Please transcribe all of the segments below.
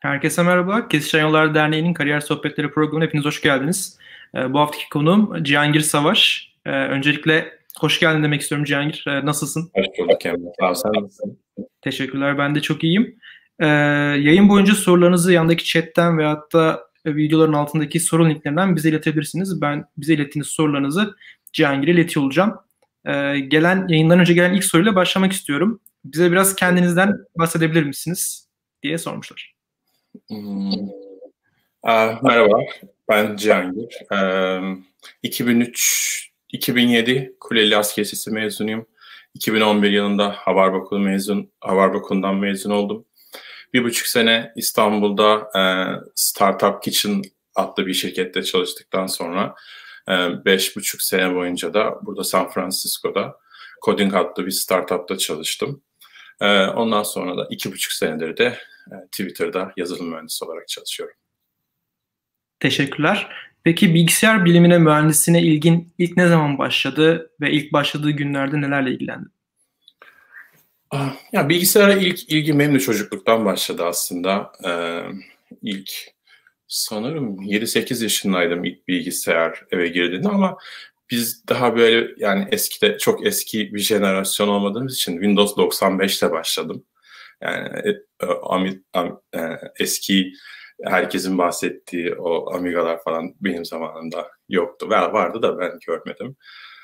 Herkese merhaba. Kesişen Yollar Derneği'nin Kariyer Sohbetleri programına hepiniz hoş geldiniz. Bu haftaki konuğum Cihangir Savaş. Öncelikle hoş geldin demek istiyorum Cihangir. Nasılsın? Hoş bulduk Emre. Sağ ol, sen nasılsın? Teşekkürler, ben de çok iyiyim. Yayın boyunca sorularınızı yandaki chatten veyahut da videoların altındaki soru linklerinden bize iletebilirsiniz. Ben bize ilettiğiniz sorularınızı Cihangir'e iletiyor olacağım. Yayından önce gelen ilk soruyla başlamak istiyorum. Bize biraz kendinizden bahsedebilir misiniz diye sormuşlar. Hmm. Merhaba, ben Cihangir. 2003-2007 Kuleli Asker Lisesi mezunuyum. 2011 yılında Havarbakun'dan mezun oldum. 1,5 sene İstanbul'da Startup Kitchen adlı bir şirkette çalıştıktan sonra 5,5 sene boyunca da burada San Francisco'da Coding adlı bir startupta çalıştım. Ondan sonra da 2,5 senedir de Twitter'da yazılım mühendisi olarak çalışıyorum. Teşekkürler. Peki bilgisayar bilimine, mühendisliğine ilgin ilk ne zaman başladı ve ilk başladığı günlerde nelerle ilgilendin? Ya bilgisayara ilk ilgim benim de çocukluktan başladı aslında. İlk sanırım 7-8 yaşındaydım ilk bilgisayar eve girdiğinde ama biz daha böyle yani çok eski bir jenerasyon olmadığımız için Windows 95'te başladım. Yani eski herkesin bahsettiği o Amiga'lar falan benim zamanımda yoktu. Vardı da ben görmedim.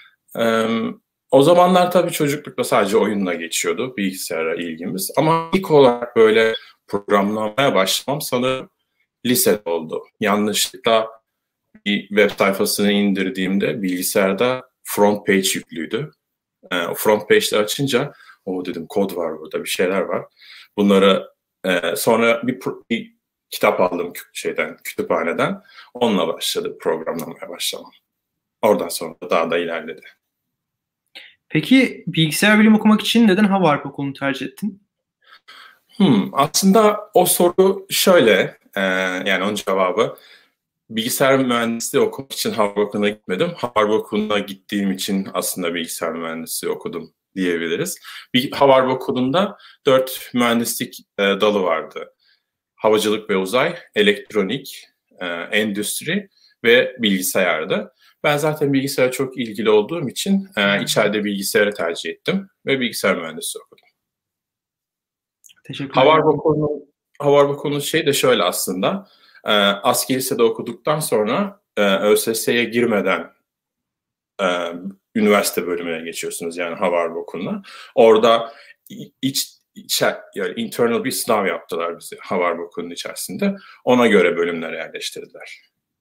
O zamanlar tabii çocuklukta sadece oyunla geçiyordu bilgisayara ilgimiz. Ama ilk olarak böyle programlamaya başlamam sanırım lisede oldu. Yanlışlıkla bir web sayfasını indirdiğimde bilgisayarda front page yüklüydü. O front page'de açınca o dedim kod var burada bir şeyler var. Bunları sonra bir kitap aldım kütüphaneden. Onunla başladı programlamaya başlamam. Oradan sonra daha da ilerledi. Peki bilgisayar bilimi okumak için neden Harvard Okulu'nu tercih ettin? Aslında o soru şöyle, yani onun cevabı bilgisayar mühendisliği okumak için Harvard Okulu'na gitmedim. Harvard Okulu'na gittiğim için aslında bilgisayar mühendisliği okudum diyebiliriz. Harvard Okulu'nda 4 mühendislik dalı vardı. Havacılık ve uzay, elektronik, endüstri ve bilgisayardı. Ben zaten bilgisayara çok ilgili olduğum için içeride bilgisayarı tercih ettim ve bilgisayar mühendisliği okudum. Teşekkürler. Harvard şey de şöyle aslında. Askeri lisede okuduktan sonra ÖSS'ye girmeden üniversite bölümüne geçiyorsunuz yani Harvard Okulu'na. Orada yani internal bir sınav yaptılar bize Harvard Okulu'nun içerisinde. Ona göre bölümlere yerleştirdiler.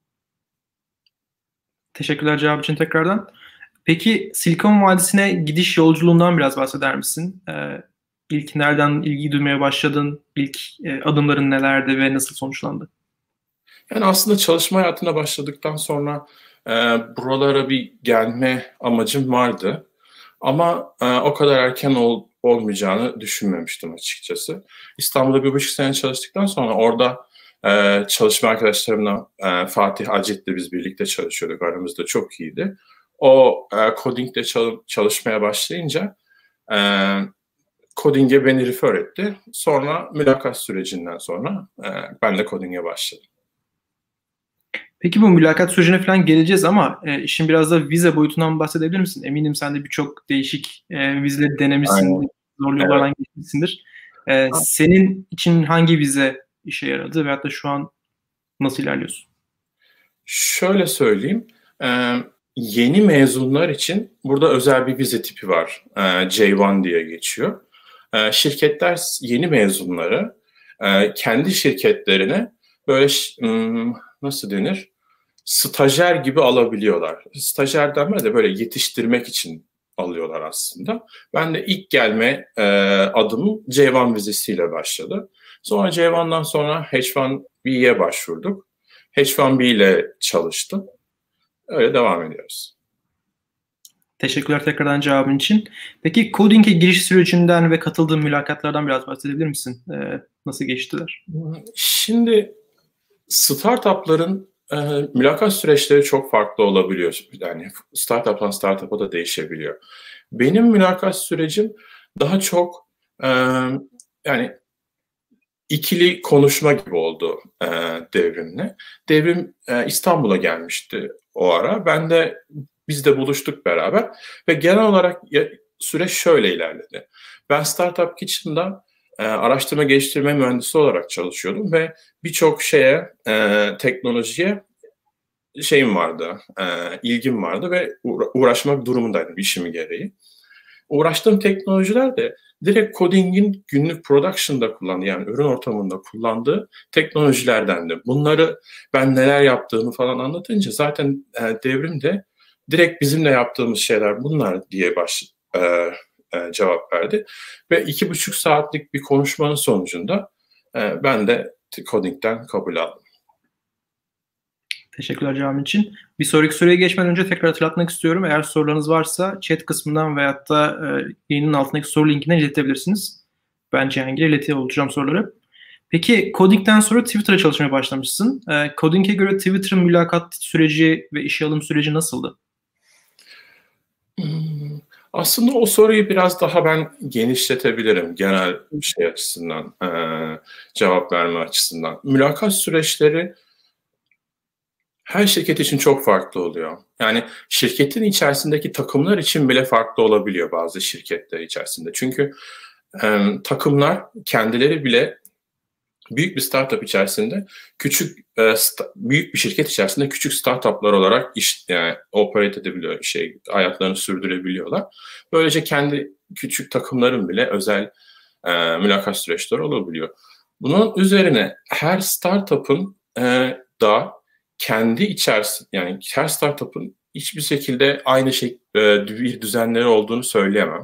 Teşekkürler cevap için tekrardan. Peki Silikon Vadisi'ne gidiş yolculuğundan biraz bahseder misin? İlk nereden ilgi duymaya başladın? İlk adımların nelerdi ve nasıl sonuçlandı? Yani aslında çalışma hayatına başladıktan sonra buralara bir gelme amacım vardı. Ama o kadar erken olmayacağını düşünmemiştim açıkçası. İstanbul'da 1,5 sene çalıştıktan sonra orada çalışma arkadaşlarımla Fatih Acet'le biz birlikte çalışıyorduk. Aramızda çok iyiydi. O coding'de çalışmaya başlayınca coding'e beni refer etti. Sonra mülakat sürecinden sonra ben de coding'e başladım. Peki bu mülakat sürecine falan geleceğiz ama işin biraz da vize boyutundan bahsedebilir misin? Eminim sen de birçok değişik vizeleri denemişsindir, Aynen. zorlu Evet. yollardan geçmişsindir. Senin için hangi vize işe yaradı veyahut da şu an nasıl ilerliyorsun? Şöyle söyleyeyim, yeni mezunlar için burada özel bir vize tipi var, J1 diye geçiyor. Şirketler yeni mezunları kendi şirketlerine böyle nasıl denir, stajyer gibi alabiliyorlar. Stajyer denmez de böyle yetiştirmek için alıyorlar aslında. Ben de ilk gelme adımım J1 vizesiyle başladı. Sonra J1'dan sonra H1B'ye başvurduk. H1B ile çalıştım. Öyle devam ediyoruz. Teşekkürler tekrardan cevabın için. Peki coding'e giriş sürecinden ve katıldığın mülakatlardan biraz bahsedebilir misin? Nasıl geçtiler? Şimdi startupların mülakat süreçleri çok farklı olabiliyor. Yani startup'tan startup'a da değişebiliyor. Benim mülakat sürecim daha çok yani ikili konuşma gibi oldu Devrim'le. Devrim İstanbul'a gelmişti o ara. Biz de buluştuk beraber ve genel olarak süreç şöyle ilerledi. Ben Startup Kitchen'da araştırma geliştirme mühendisi olarak çalışıyordum ve birçok teknolojiye şeyim vardı, ilgim vardı ve uğraşmak durumundaydım işimi gereği. Uğraştığım teknolojiler de direkt coding'in günlük production'da kullandığı, yani ürün ortamında kullandığı teknolojilerdendi. Bunları ben neler yaptığımı falan anlatınca zaten Devrim de direkt bizimle yaptığımız şeyler bunlar diye cevap verdi. Ve 2,5 saatlik bir konuşmanın sonucunda ben de coding'den kabul aldım. Teşekkürler cevabın için. Bir sonraki soruya geçmeden önce tekrar hatırlatmak istiyorum. Eğer sorularınız varsa chat kısmından veyahut da yayının altındaki soru linkinden iletebilirsiniz. Ben Cihangir'e iletiyor olacağım soruları. Peki coding'den sonra Twitter'a çalışmaya başlamışsın. Coding'e göre Twitter'ın mülakat süreci ve işe alım süreci nasıldı? Aslında o soruyu biraz daha ben genişletebilirim genel şey açısından, cevap verme açısından. Mülakat süreçleri her şirket için çok farklı oluyor. Yani şirketin içerisindeki takımlar için bile farklı olabiliyor bazı şirketler içerisinde. Çünkü takımlar kendileri bile büyük bir startup içerisinde büyük bir şirket içerisinde küçük startuplar olarak yani operate edebiliyor, hayatlarını sürdürebiliyorlar. Böylece kendi küçük takımların bile özel mülakat süreçleri olabiliyor. Bunun üzerine her startup'ın da kendi içerisinde, yani her startup'ın hiçbir şekilde aynı bir düzenleri olduğunu söyleyemem.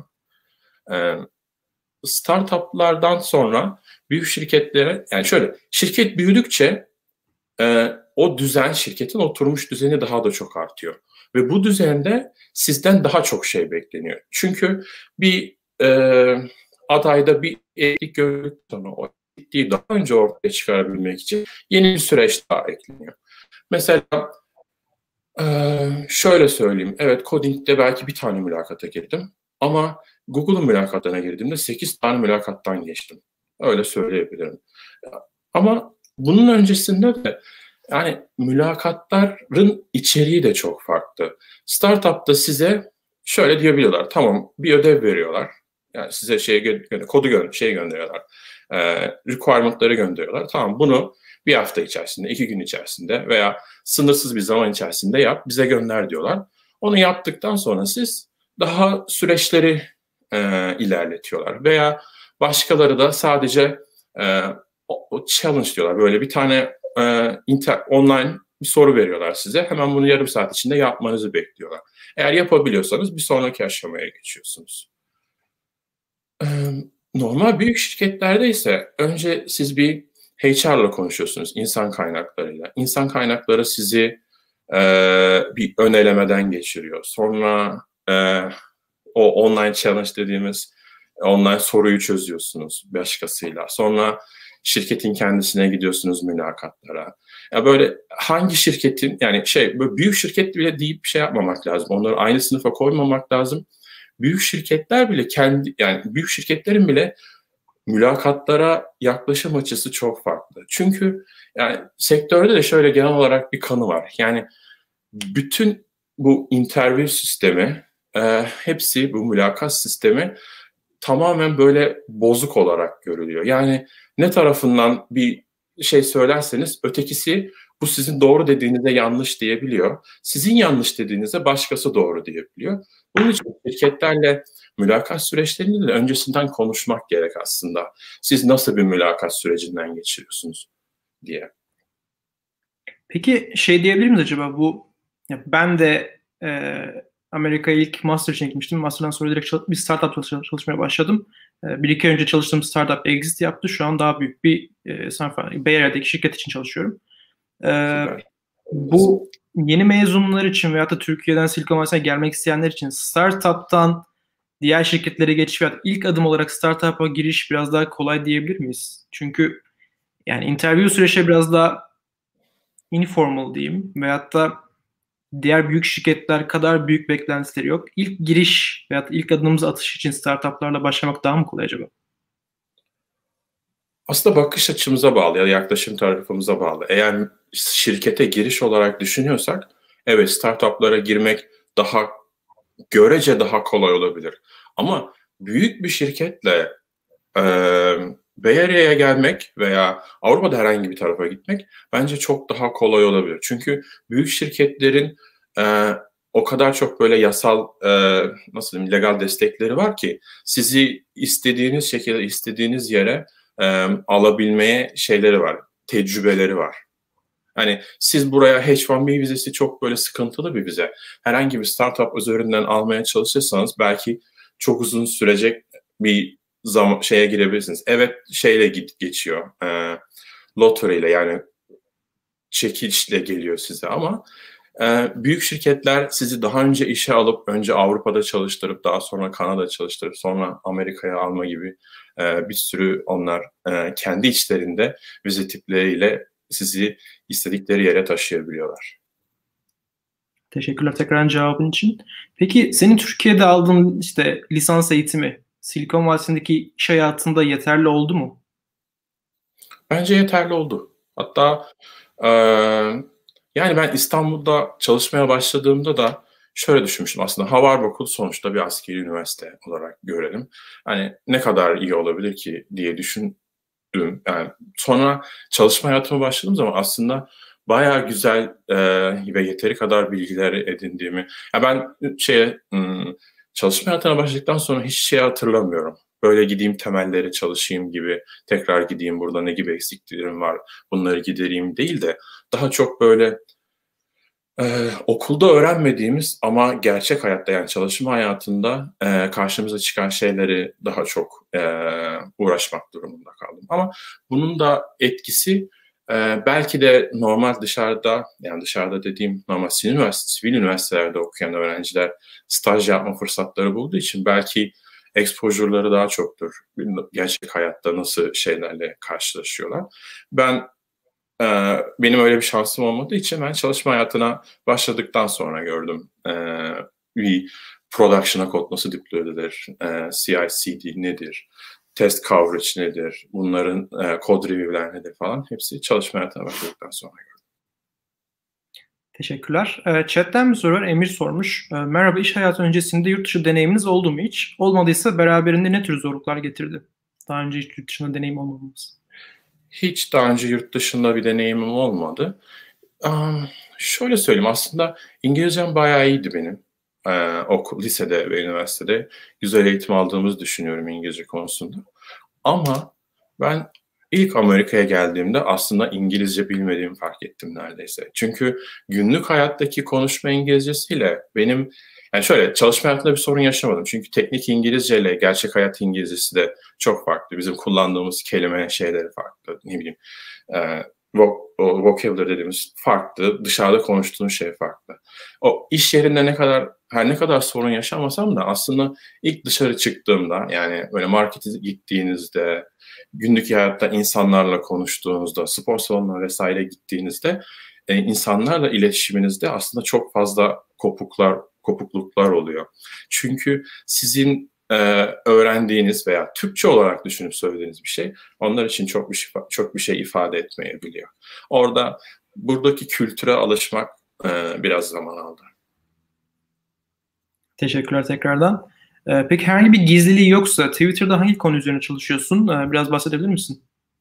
Startup'lardan sonra büyük şirketlere, yani şöyle, şirket büyüdükçe o düzen, şirketin oturmuş düzeni daha da çok artıyor. Ve bu düzende sizden daha çok şey bekleniyor. Çünkü bir adayda bir eğilik gördükten sonra o eğilikliği daha önce ortaya çıkarabilmek için yeni bir süreç daha ekleniyor. Mesela şöyle söyleyeyim, evet coding'de belki bir tane mülakata girdim ama Google'un mülakatlarına girdiğimde 8 tane mülakattan geçtim. Öyle söyleyebilirim. Ama bunun öncesinde de yani mülakatların içeriği de çok farklı. Startup'ta size şöyle diyebiliyorlar, tamam bir ödev veriyorlar. Yani size kodu gönderiyorlar. Requirement'ları gönderiyorlar. Tamam bunu bir hafta içerisinde, 2 gün içerisinde veya sınırsız bir zaman içerisinde yap, bize gönder diyorlar. Onu yaptıktan sonra siz daha süreçleri ilerletiyorlar. Veya başkaları da sadece challenge diyorlar. Böyle bir tane online bir soru veriyorlar size. Hemen bunu yarım saat içinde yapmanızı bekliyorlar. Eğer yapabiliyorsanız bir sonraki aşamaya geçiyorsunuz. Normal büyük şirketlerde ise önce siz bir HR'la konuşuyorsunuz, insan kaynaklarıyla. İnsan kaynakları sizi bir ön elemeden geçiriyor. Sonra o online challenge dediğimiz online soruyu çözüyorsunuz başkasıyla. Sonra şirketin kendisine gidiyorsunuz mülakatlara. Ya böyle hangi şirketin, yani böyle büyük şirket bile deyip bir şey yapmamak lazım. Onları aynı sınıfa koymamak lazım. Büyük şirketler bile yani büyük şirketlerin bile mülakatlara yaklaşım açısı çok farklı. Çünkü yani sektörde de şöyle genel olarak bir kanı var. Yani bütün bu interview sistemi, hepsi bu mülakat sistemi tamamen böyle bozuk olarak görülüyor. Yani ne tarafından bir şey söylerseniz ötekisi bu sizin doğru dediğinizde yanlış diyebiliyor. Sizin yanlış dediğinizde başkası doğru diyebiliyor. Bunun için şirketlerle mülakat süreçlerinde de öncesinden konuşmak gerek aslında. Siz nasıl bir mülakat sürecinden geçiriyorsunuz diye. Peki diyebilir miyiz acaba ben de Amerika'ya ilk master için gitmiştim. Master'dan sonra direkt bir startup çalışmaya başladım. Bir iki önce çalıştığım startup exit yaptı. Şu an daha büyük bir Bay Area'daki şirket için çalışıyorum. Bu yeni mezunlar için veyahut da Türkiye'den Silikon Vadisi'ne gelmek isteyenler için startup'tan diğer şirketlere geçiş veyahut ilk adım olarak startup'a giriş biraz daha kolay diyebilir miyiz? Çünkü yani interview süreci biraz daha informal diyeyim veyahut da diğer büyük şirketler kadar büyük beklentileri yok. İlk giriş veyahut ilk adımımızı atış için startuplarla başlamak daha mı kolay acaba? Aslında bakış açımıza bağlı ya da yaklaşım tarafımıza bağlı. Eğer şirkete giriş olarak düşünüyorsak, evet startuplara girmek görece daha kolay olabilir. Ama büyük bir şirketle Bay Area'ya gelmek veya Avrupa'da herhangi bir tarafa gitmek bence çok daha kolay olabilir. Çünkü büyük şirketlerin o kadar çok böyle yasal, nasıl diyeyim, legal destekleri var ki sizi istediğiniz şekilde, istediğiniz yere alabilmeye şeyleri var, tecrübeleri var. Hani siz buraya H-1B vizesi çok böyle sıkıntılı bir vize. Herhangi bir startup üzerinden almaya çalışırsanız belki çok uzun sürecek bir zaman şeye girebilirsiniz. Evet şeyle geçiyor. Lottery ile yani çekişle geliyor size ama büyük şirketler sizi daha önce işe alıp önce Avrupa'da çalıştırıp daha sonra Kanada'da çalıştırıp sonra Amerika'ya alma gibi bir sürü onlar kendi içlerinde vize tipleriyle sizi istedikleri yere taşıyabiliyorlar. Teşekkürler tekrar cevabın için. Peki senin Türkiye'de aldığın işte lisans eğitimi Silikon Vadisi'ndeki iş hayatında yeterli oldu mu? Bence yeterli oldu. Hatta yani ben İstanbul'da çalışmaya başladığımda da şöyle düşünmüştüm aslında. Harvard Okulu sonuçta bir askeri üniversite olarak görelim. Hani ne kadar iyi olabilir ki diye düşündüm. Yani sonra çalışma hayatıma başladığım zaman aslında bayağı güzel ve yeteri kadar bilgiler edindiğimi. Ya ben çalışma hayatına başladıktan sonra hiç şey hatırlamıyorum. Böyle gideyim temelleri çalışayım gibi, tekrar gideyim burada ne gibi eksiklerim var, bunları gidereyim değil de daha çok böyle okulda öğrenmediğimiz ama gerçek hayatta yani çalışma hayatında karşımıza çıkan şeyleri daha çok uğraşmak durumunda kaldım. Ama bunun da etkisi belki de normal dışarıda yani dışarıda dediğim normal sivil üniversitelerde okuyan öğrenciler staj yapma fırsatları bulduğu için belki exposure'ları daha çoktur. Gerçek hayatta nasıl şeylerle karşılaşıyorlar. Benim öyle bir şansım olmadığı için ben çalışma hayatına başladıktan sonra gördüm. Bir production'a kod nasıl deploy edilir, CI/CD nedir, test coverage nedir, bunların kod review'ler nedir falan hepsi çalışma hayatına başladıktan sonra gördüm. Teşekkürler. Chat'ten bir soru var. Emir sormuş. Merhaba, iş hayatı öncesinde yurt dışı deneyiminiz oldu mu hiç? Olmadıysa beraberinde ne tür zorluklar getirdi? Daha önce hiç yurt dışında deneyim olmamız. Hiç daha önce yurt dışında bir deneyimim olmadı. Şöyle söyleyeyim aslında İngilizcem bayağı iyiydi benim. Lisede ve üniversitede güzel eğitim aldığımızı düşünüyorum İngilizce konusunda. Ama ben ilk Amerika'ya geldiğimde aslında İngilizce bilmediğimi fark ettim neredeyse. Çünkü günlük hayattaki konuşma İngilizcesiyle benim yani şöyle çalışma hayatında bir sorun yaşamadım. Çünkü teknik İngilizce ile gerçek hayat İngilizcesi de çok farklı. Bizim kullandığımız kelime şeyleri farklı. Ne bileyim vocabulary dediğimiz farklı. Dışarıda konuştuğun şey farklı. O iş yerinde her ne kadar sorun yaşamasam da aslında ilk dışarı çıktığımda yani böyle markete gittiğinizde, günlük hayatta insanlarla konuştuğunuzda, spor salonuna vesaire gittiğinizde insanlarla iletişiminizde aslında çok fazla kopukluklar oluyor. Çünkü sizin öğrendiğiniz veya Türkçe olarak düşünüp söylediğiniz bir şey onlar için çok bir şey ifade etmeyebiliyor. Buradaki kültüre alışmak biraz zaman aldı. Teşekkürler tekrardan. Peki herhangi bir gizliliği yoksa Twitter'da hangi konu üzerine çalışıyorsun? Biraz bahsedebilir misin?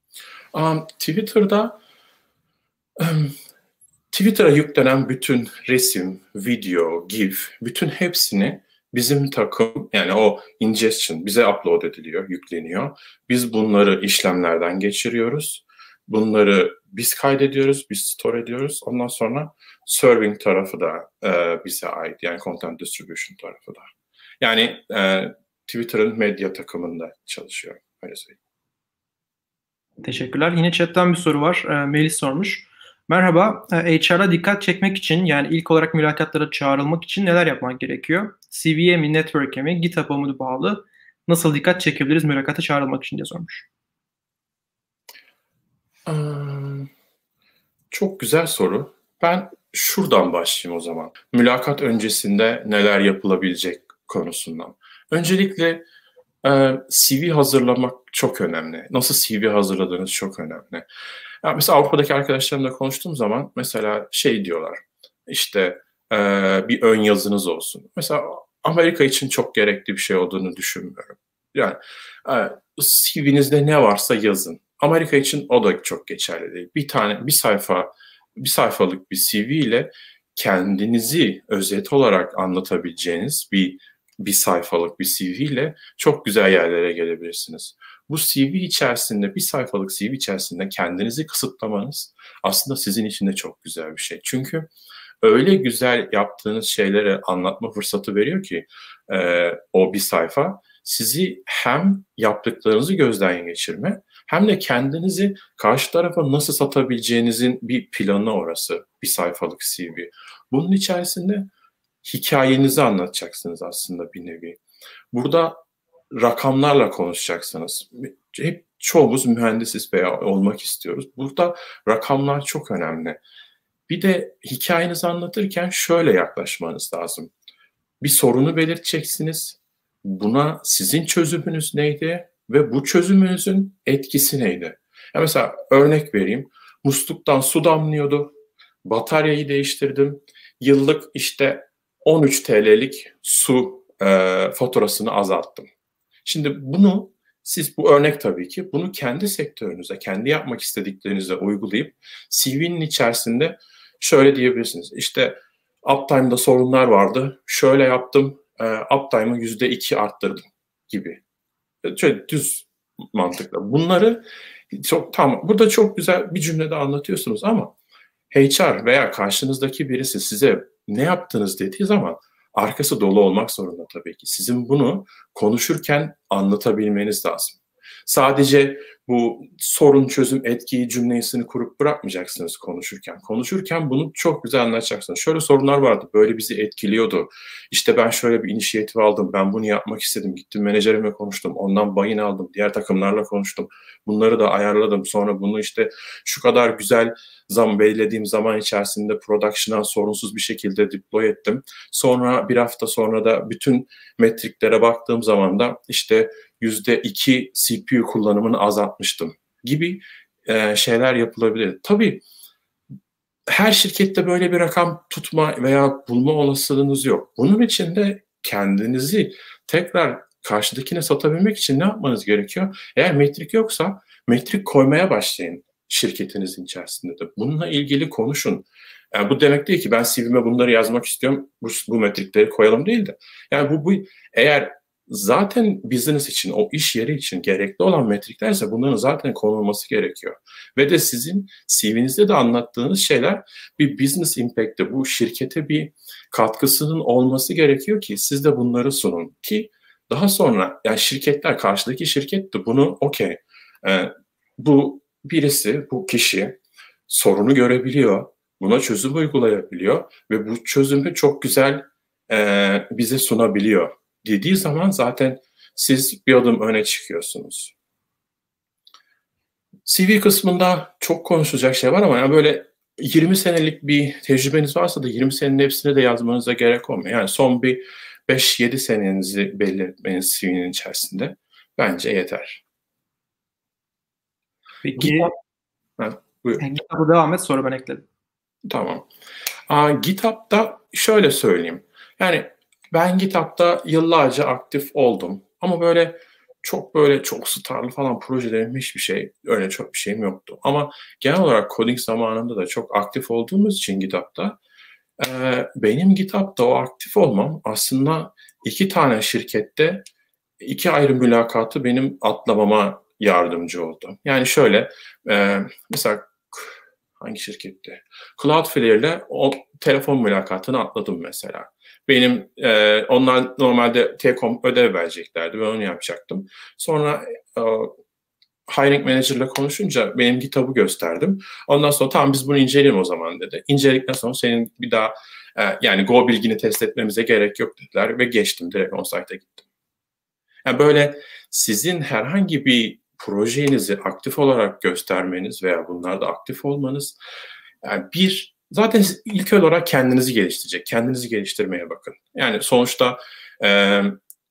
Twitter'a yüklenen bütün resim, video, GIF, bütün hepsini bizim takım yani o ingestion bize upload ediliyor, yükleniyor. Biz bunları işlemlerden geçiriyoruz. Bunları biz kaydediyoruz, biz store ediyoruz. Ondan sonra serving tarafı da bize ait yani content distribution tarafı da. Yani Twitter'ın medya takımında çalışıyor. Öyle söyleyeyim. Teşekkürler. Yine chatten bir soru var. Melis sormuş. Merhaba, HR'a dikkat çekmek için yani ilk olarak mülakatlara çağrılmak için neler yapmak gerekiyor? CV'ye mi, network'e mi, GitHub'a mı bağlı? Nasıl dikkat çekebiliriz mülakata çağrılmak için diye sormuş. Çok güzel soru. Ben şuradan başlayayım o zaman. Mülakat öncesinde neler yapılabilecek konusundan. Öncelikle CV hazırlamak çok önemli. Nasıl CV hazırladığınız çok önemli. Yani mesela Avrupa'daki arkadaşlarımla konuştuğum zaman mesela şey diyorlar, işte bir ön yazınız olsun. Mesela Amerika için çok gerekli bir şey olduğunu düşünmüyorum. Yani CV'nizde ne varsa yazın. Amerika için o da çok geçerli değil. Bir sayfalık bir CV ile kendinizi özet olarak anlatabileceğiniz bir sayfalık bir CV ile çok güzel yerlere gelebilirsiniz. Bu CV içerisinde, bir sayfalık CV içerisinde kendinizi kısıtlamanız aslında sizin için de çok güzel bir şey. Çünkü öyle güzel yaptığınız şeyleri anlatma fırsatı veriyor ki o bir sayfa sizi hem yaptıklarınızı gözden geçirme hem de kendinizi karşı tarafa nasıl satabileceğinizin bir planı orası bir sayfalık CV. Bunun içerisinde hikayenizi anlatacaksınız aslında bir nevi. Burada rakamlarla konuşacaksınız. Hep çoğumuz mühendisiz veya olmak istiyoruz. Burada rakamlar çok önemli. Bir de hikayenizi anlatırken şöyle yaklaşmanız lazım. Bir sorunu belirteceksiniz. Buna sizin çözümünüz neydi ve bu çözümünüzün etkisi neydi? Ya mesela örnek vereyim. Musluktan su damlıyordu. Bataryayı değiştirdim. Yıllık işte 13 TL'lik su faturasını azalttım. Şimdi bunu siz bu örnek tabii ki bunu kendi sektörünüze, kendi yapmak istediklerinize uygulayıp CV'nin içerisinde şöyle diyebilirsiniz. İşte uptime'da sorunlar vardı. Şöyle yaptım. Uptime'ı %2 arttırdım gibi. Şöyle düz mantıkla. Bunları burada çok güzel bir cümlede anlatıyorsunuz ama HR veya karşınızdaki birisi size ne yaptınız dediği zaman arkası dolu olmak zorunda tabii ki. Sizin bunu konuşurken anlatabilmeniz lazım. Sadece bu sorun çözüm etkiyi cümlesini kurup bırakmayacaksınız konuşurken. Konuşurken bunu çok güzel anlatacaksınız. Şöyle sorunlar vardı, böyle bizi etkiliyordu. İşte ben şöyle bir inisiyatif aldım, ben bunu yapmak istedim. Gittim menajerimle konuştum, ondan buy-in aldım, diğer takımlarla konuştum. Bunları da ayarladım. Sonra bunu işte şu kadar güzel belirlediğim zaman içerisinde production'a sorunsuz bir şekilde deploy ettim. Sonra bir hafta sonra da bütün metriklere baktığım zaman da işte %2 CPU kullanımını azaltmıştım gibi şeyler yapılabilir. Tabii her şirkette böyle bir rakam tutma veya bulma olasılığınız yok. Bunun için de kendinizi tekrar karşıdakine satabilmek için ne yapmanız gerekiyor? Eğer metrik yoksa metrik koymaya başlayın şirketinizin içerisinde de. Bununla ilgili konuşun. Yani bu demek değil ki ben CV'me bunları yazmak istiyorum, bu metrikleri koyalım değil de. Yani bu eğer zaten business için, o iş yeri için gerekli olan metriklerse bunların zaten konulması gerekiyor. Ve de sizin CV'nizde de anlattığınız şeyler bir business impact'te, bu şirkete bir katkısının olması gerekiyor ki siz de bunları sunun. Ki daha sonra yani şirketler, karşıdaki şirket de bunu okey, bu birisi, bu kişi sorunu görebiliyor, buna çözüm uygulayabiliyor ve bu çözümü çok güzel bize sunabiliyor dediği zaman zaten siz bir adım öne çıkıyorsunuz. CV kısmında çok konuşulacak şey var ama yani böyle 20 senelik bir tecrübeniz varsa da 20 senenin hepsini de yazmanıza gerek olmuyor. Yani son bir 5-7 senenizi belli etmeniz CV'nin içerisinde bence yeter. Peki, GitHub'a devam et, sonra ben ekledim. Tamam. GitHub'da şöyle söyleyeyim. Yani ben GitHub'da yıllarca aktif oldum. Ama böyle çok starlı falan projelerim hiçbir şey, öyle çok bir şeyim yoktu. Ama genel olarak coding zamanında da çok aktif olduğumuz için GitHub'da benim GitHub'da o aktif olmam aslında 2 tane şirkette 2 ayrı mülakatı benim atlamama yardımcı oldu. Yani şöyle mesela hangi şirkette? Cloudflare'le o telefon mülakatını atladım mesela. Benim onlar normalde T-Com ödev vereceklerdi ve onu yapacaktım. Sonra hiring manager'la konuşunca benim GitHub'ı gösterdim. Ondan sonra tamam biz bunu inceleyelim o zaman dedi. İnceledikten sonra senin bir daha yani Go bilgini test etmemize gerek yok dediler ve geçtim, direkt on-site'a gittim. Yani böyle sizin herhangi bir projenizi aktif olarak göstermeniz veya bunlarda aktif olmanız yani zaten ilk olarak kendinizi geliştirecek. Kendinizi geliştirmeye bakın. Yani sonuçta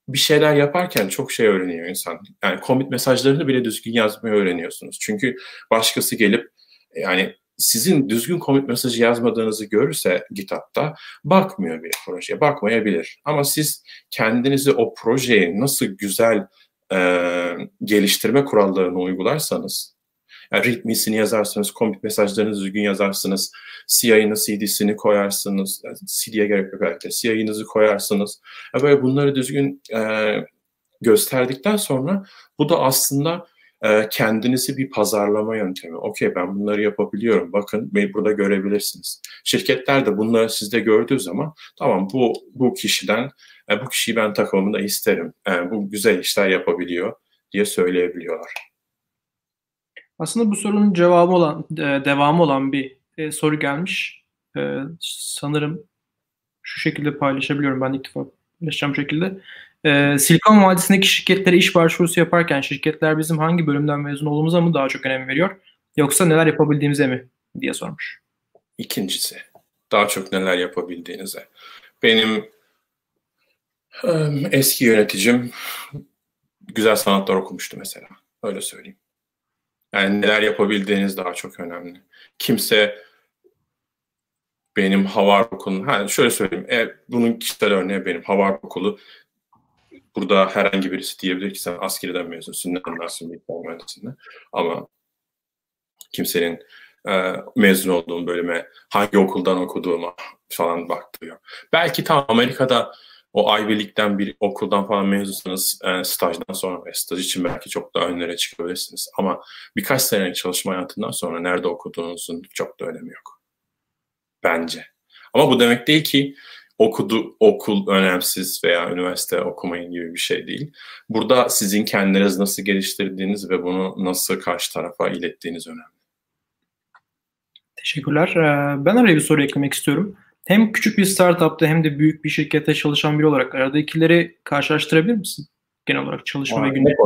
bir şeyler yaparken çok şey öğreniyor insan. Yani commit mesajlarını bile düzgün yazmayı öğreniyorsunuz. Çünkü başkası gelip yani sizin düzgün commit mesajı yazmadığınızı görürse GitHub'da bakmıyor bir projeye, bakmayabilir. Ama siz kendinizi o projeye nasıl güzel geliştirme kurallarını uygularsanız, yani readme'sini yazarsınız, commit mesajlarınızı düzgün yazarsınız, CI'ını, CD'sini koyarsınız, CD'ye gerek yok belki, CI'nizi koyarsınız. Böyle bunları düzgün gösterdikten sonra bu da aslında kendinizi bir pazarlama yöntemi. Okey, ben bunları yapabiliyorum. Bakın beni burada görebilirsiniz. Şirketler de bunları sizde gördüğü zaman tamam bu kişiden bu kişiyi ben takımımda isterim. Bu güzel işler yapabiliyor diye söyleyebiliyorlar. Aslında bu sorunun devamı olan bir soru gelmiş. Sanırım şu şekilde paylaşabiliyorum. Ben ilk defa paylaşacağım bu şekilde. Silikon Vadisi'ndeki şirketlere iş başvurusu yaparken şirketler bizim hangi bölümden mezun olduğumuza mı daha çok önem veriyor? Yoksa neler yapabildiğimize mi diye sormuş. İkincisi, daha çok neler yapabildiğinize. Benim eski yöneticim güzel sanatlar okumuştu mesela. Öyle söyleyeyim. Yani neler yapabildiğiniz daha çok önemli. Kimse benim Harvard Okulu'nun, şöyle söyleyeyim, bunun kişisel örneği benim Harvard Okulu. Burada herhangi birisi diyebilir ki sen askeriden mezunsun, ne anlarsın bilgisayar mühendisliğinden. Ama kimsenin mezun olduğum bölüme, hangi okuldan okuduğuma falan baktırıyor. Belki tam Amerika'da o Ivy League'den bir okuldan falan mezunsanız stajdan sonra ve staj için belki çok daha önlere çıkabilirsiniz. Ama birkaç senelik çalışma hayatından sonra nerede okuduğunuzun çok da önemi yok. Bence. Ama bu demek değil ki okul önemsiz veya üniversite okumayın gibi bir şey değil. Burada sizin kendiniz nasıl geliştirdiğiniz ve bunu nasıl karşı tarafa ilettiğiniz önemli. Teşekkürler. Ben araya bir soru eklemek istiyorum. Hem küçük bir startupta hem de büyük bir şirkette çalışan biri olarak aradakileri karşılaştırabilir misin? Genel olarak çalışma ve günlük.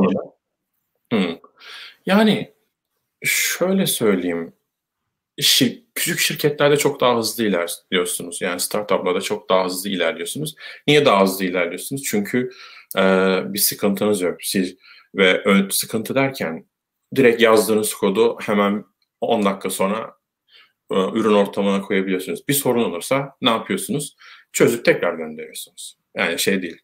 Yani şöyle söyleyeyim. Küçük şirketlerde çok daha hızlı ilerliyorsunuz. Yani startuplarda çok daha hızlı ilerliyorsunuz. Niye daha hızlı ilerliyorsunuz? Çünkü bir sıkıntınız yok. Ve sıkıntı derken direkt yazdığınız kodu hemen 10 dakika sonra ürün ortamına koyabiliyorsunuz. Bir sorun olursa ne yapıyorsunuz? Çözüp tekrar gönderiyorsunuz. Yani şey değil.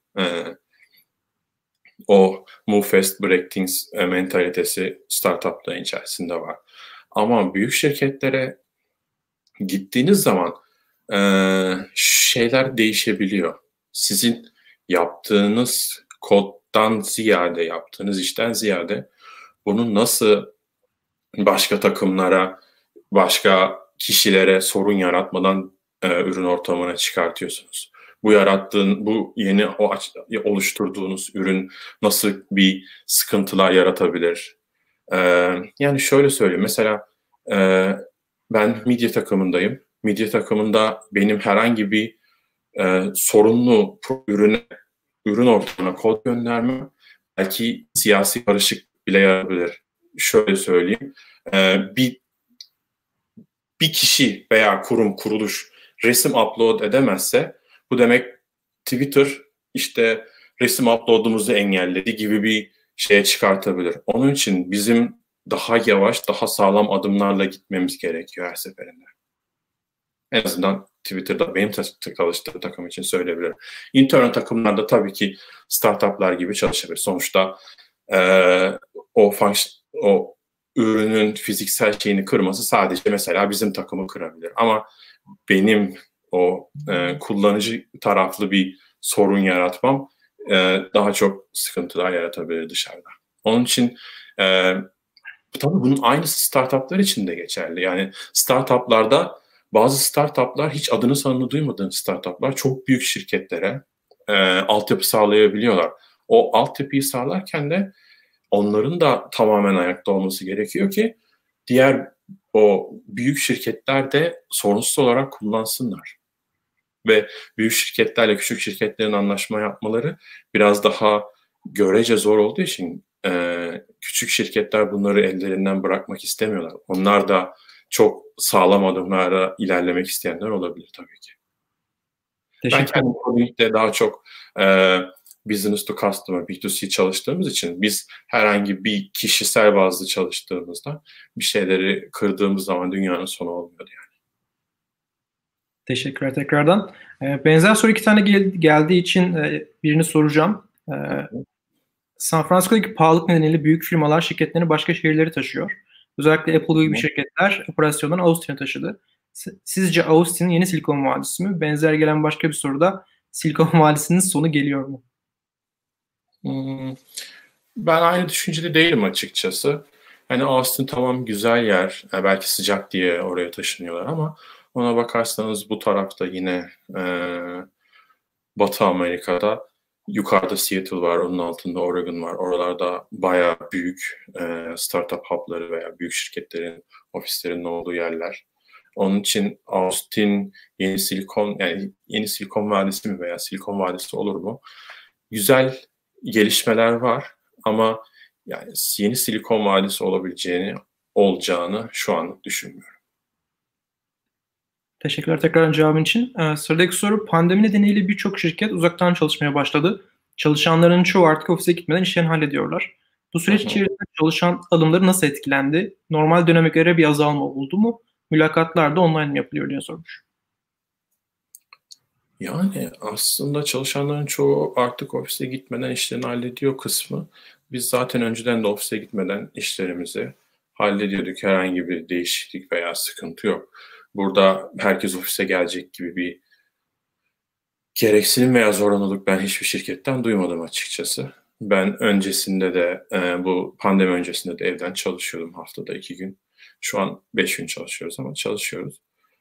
O move fast, break things mentalitesi startupların içerisinde var. Ama büyük şirketlere gittiğiniz zaman şeyler değişebiliyor. Sizin yaptığınız koddan ziyade, yaptığınız işten ziyade bunu nasıl başka takımlara, başka kişilere sorun yaratmadan ürün ortamına çıkartıyorsunuz. Bu yeni oluşturduğunuz ürün nasıl bir sıkıntılar yaratabilir? Yani şöyle söyleyeyim. Mesela ben medya takımındayım. Medya takımında benim herhangi bir sorunlu ürün ortamına kod göndermem belki siyasi karışık bile yaratabilir. Şöyle söyleyeyim. Bir kişi veya kuruluş resim upload edemezse bu demek Twitter işte resim upload'umuzu engelledi gibi bir şeye çıkartabilir. Onun için bizim daha yavaş, daha sağlam adımlarla gitmemiz gerekiyor her seferinde. En azından Twitter'da benim çalıştığım takım için söyleyebilirim. Intern takımlarda tabii ki startuplar gibi çalışabilir. Sonuçta o ürünün fiziksel şeyini kırması sadece mesela bizim takımı kırabilir. Ama benim o kullanıcı taraflı bir sorun yaratmam daha çok sıkıntılar yaratabilir dışarıda. Onun için tabii bunun aynısı startuplar için de geçerli. Yani startuplarda bazı startuplar hiç adını sanını duymadığın startuplar çok büyük şirketlere altyapı sağlayabiliyorlar. O altyapıyı sağlarken de onların da tamamen ayakta olması gerekiyor ki diğer o büyük şirketler de sorunsuz olarak kullansınlar. Ve büyük şirketlerle küçük şirketlerin anlaşma yapmaları biraz daha görece zor olduğu için küçük şirketler bunları ellerinden bırakmak istemiyorlar. Onlar da çok sağlam adımlara ilerlemek isteyenler olabilir tabii ki. Ben kendim Coding'de daha çok business to customer, B2C çalıştığımız için biz herhangi bir kişisel bazlı çalıştığımızda bir şeyleri kırdığımız zaman dünyanın sonu olmuyordu yani. Teşekkürler tekrardan. Benzer soru iki tane geldiği için birini soracağım. San Francisco'daki pahalılık nedeniyle büyük firmalar şirketlerini başka şehirlere taşıyor. Özellikle Apple gibi şirketler operasyonlarını Austin'e taşıdı. Sizce Austin yeni Silikon Vadisi mi? Benzer gelen başka bir soruda Silikon Vadisi'nin sonu geliyor mu? Ben aynı düşüncede değilim açıkçası. Yani Austin tamam güzel yer. Belki sıcak diye oraya taşınıyorlar ama ona bakarsanız bu tarafta yine Batı Amerika'da yukarıda Seattle var, onun altında Oregon var. Oralarda bayağı büyük startup hub'ları veya büyük şirketlerin ofislerinin olduğu yerler. Onun için Austin yeni Silikon Vadisi mi veya Silikon Vadisi olur mu? Güzel gelişmeler var ama yani yeni Silikon Vadisi olacağını şu an düşünmüyorum. Teşekkürler tekrar cevabın için. Sıradaki soru, pandemi nedeniyle birçok şirket uzaktan çalışmaya başladı. Çalışanların çoğu artık ofise gitmeden işlerini hallediyorlar. Bu süreç içerisinde çalışan alımları nasıl etkilendi? Normal döneme göre bir azalma oldu mu? Mülakatlar da online mi yapılıyor diye sormuş. Yani aslında çalışanların çoğu artık ofise gitmeden işlerini hallediyor kısmı. Biz zaten önceden de ofise gitmeden işlerimizi hallediyorduk. Herhangi bir değişiklik veya sıkıntı yok. Burada herkes ofise gelecek gibi bir gereksinim veya zorunluluk ben hiçbir şirketten duymadım açıkçası. Ben öncesinde de bu pandemi öncesinde de evden çalışıyordum haftada 2 gün. Şu an 5 gün çalışıyoruz ama çalışıyoruz.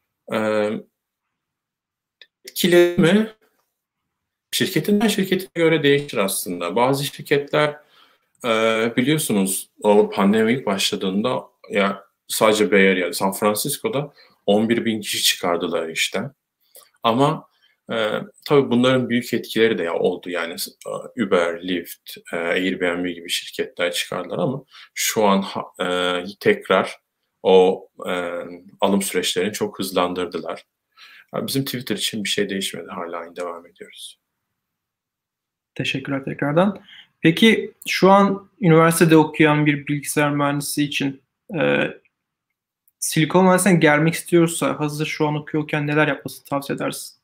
Etkili mi? Şirketinden şirketine göre değişir aslında. Bazı şirketler biliyorsunuz o pandemi ilk başladığında ya sadece Bay Area, San Francisco'da 11 bin kişi çıkardılar işten. Ama tabii bunların büyük etkileri de oldu. Yani Uber, Lyft, Airbnb gibi şirketler çıkardılar ama şu an tekrar o alım süreçlerini çok hızlandırdılar. Bizim Twitter için bir şey değişmedi. Hala aynı devam ediyoruz. Teşekkürler tekrardan. Peki şu an üniversitede okuyan bir bilgisayar mühendisi için Silikon Vadisi'ne gelmek istiyorsa hazır şu an okuyorken neler yapmasını tavsiye edersin?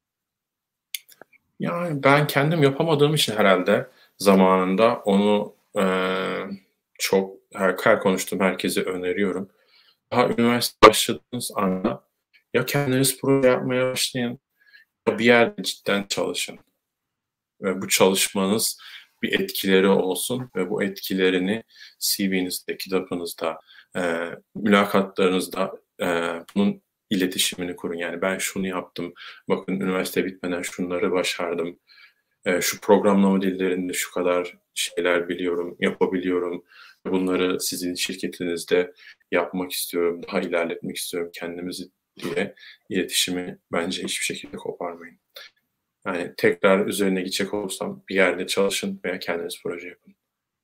Yani ben kendim yapamadığım için herhalde zamanında onu çok her konuştuğum herkese öneriyorum. Daha üniversite başladığınız anda ya kendiniz proje yapmaya başlayın ya bir yerde cidden çalışın. Ve bu çalışmanız bir etkileri olsun ve bu etkilerini CV'nizde, kitabınızda, mülakatlarınızda bunun iletişimini kurun. Yani ben şunu yaptım, bakın üniversite bitmeden şunları başardım, şu programlama dillerinde şu kadar şeyler biliyorum, yapabiliyorum. Bunları sizin şirketinizde yapmak istiyorum, daha ilerletmek istiyorum kendimizi diye iletişimi bence hiçbir şekilde koparmayın. Yani tekrar üzerine gidecek olursam bir yerde çalışın veya kendiniz proje yapın.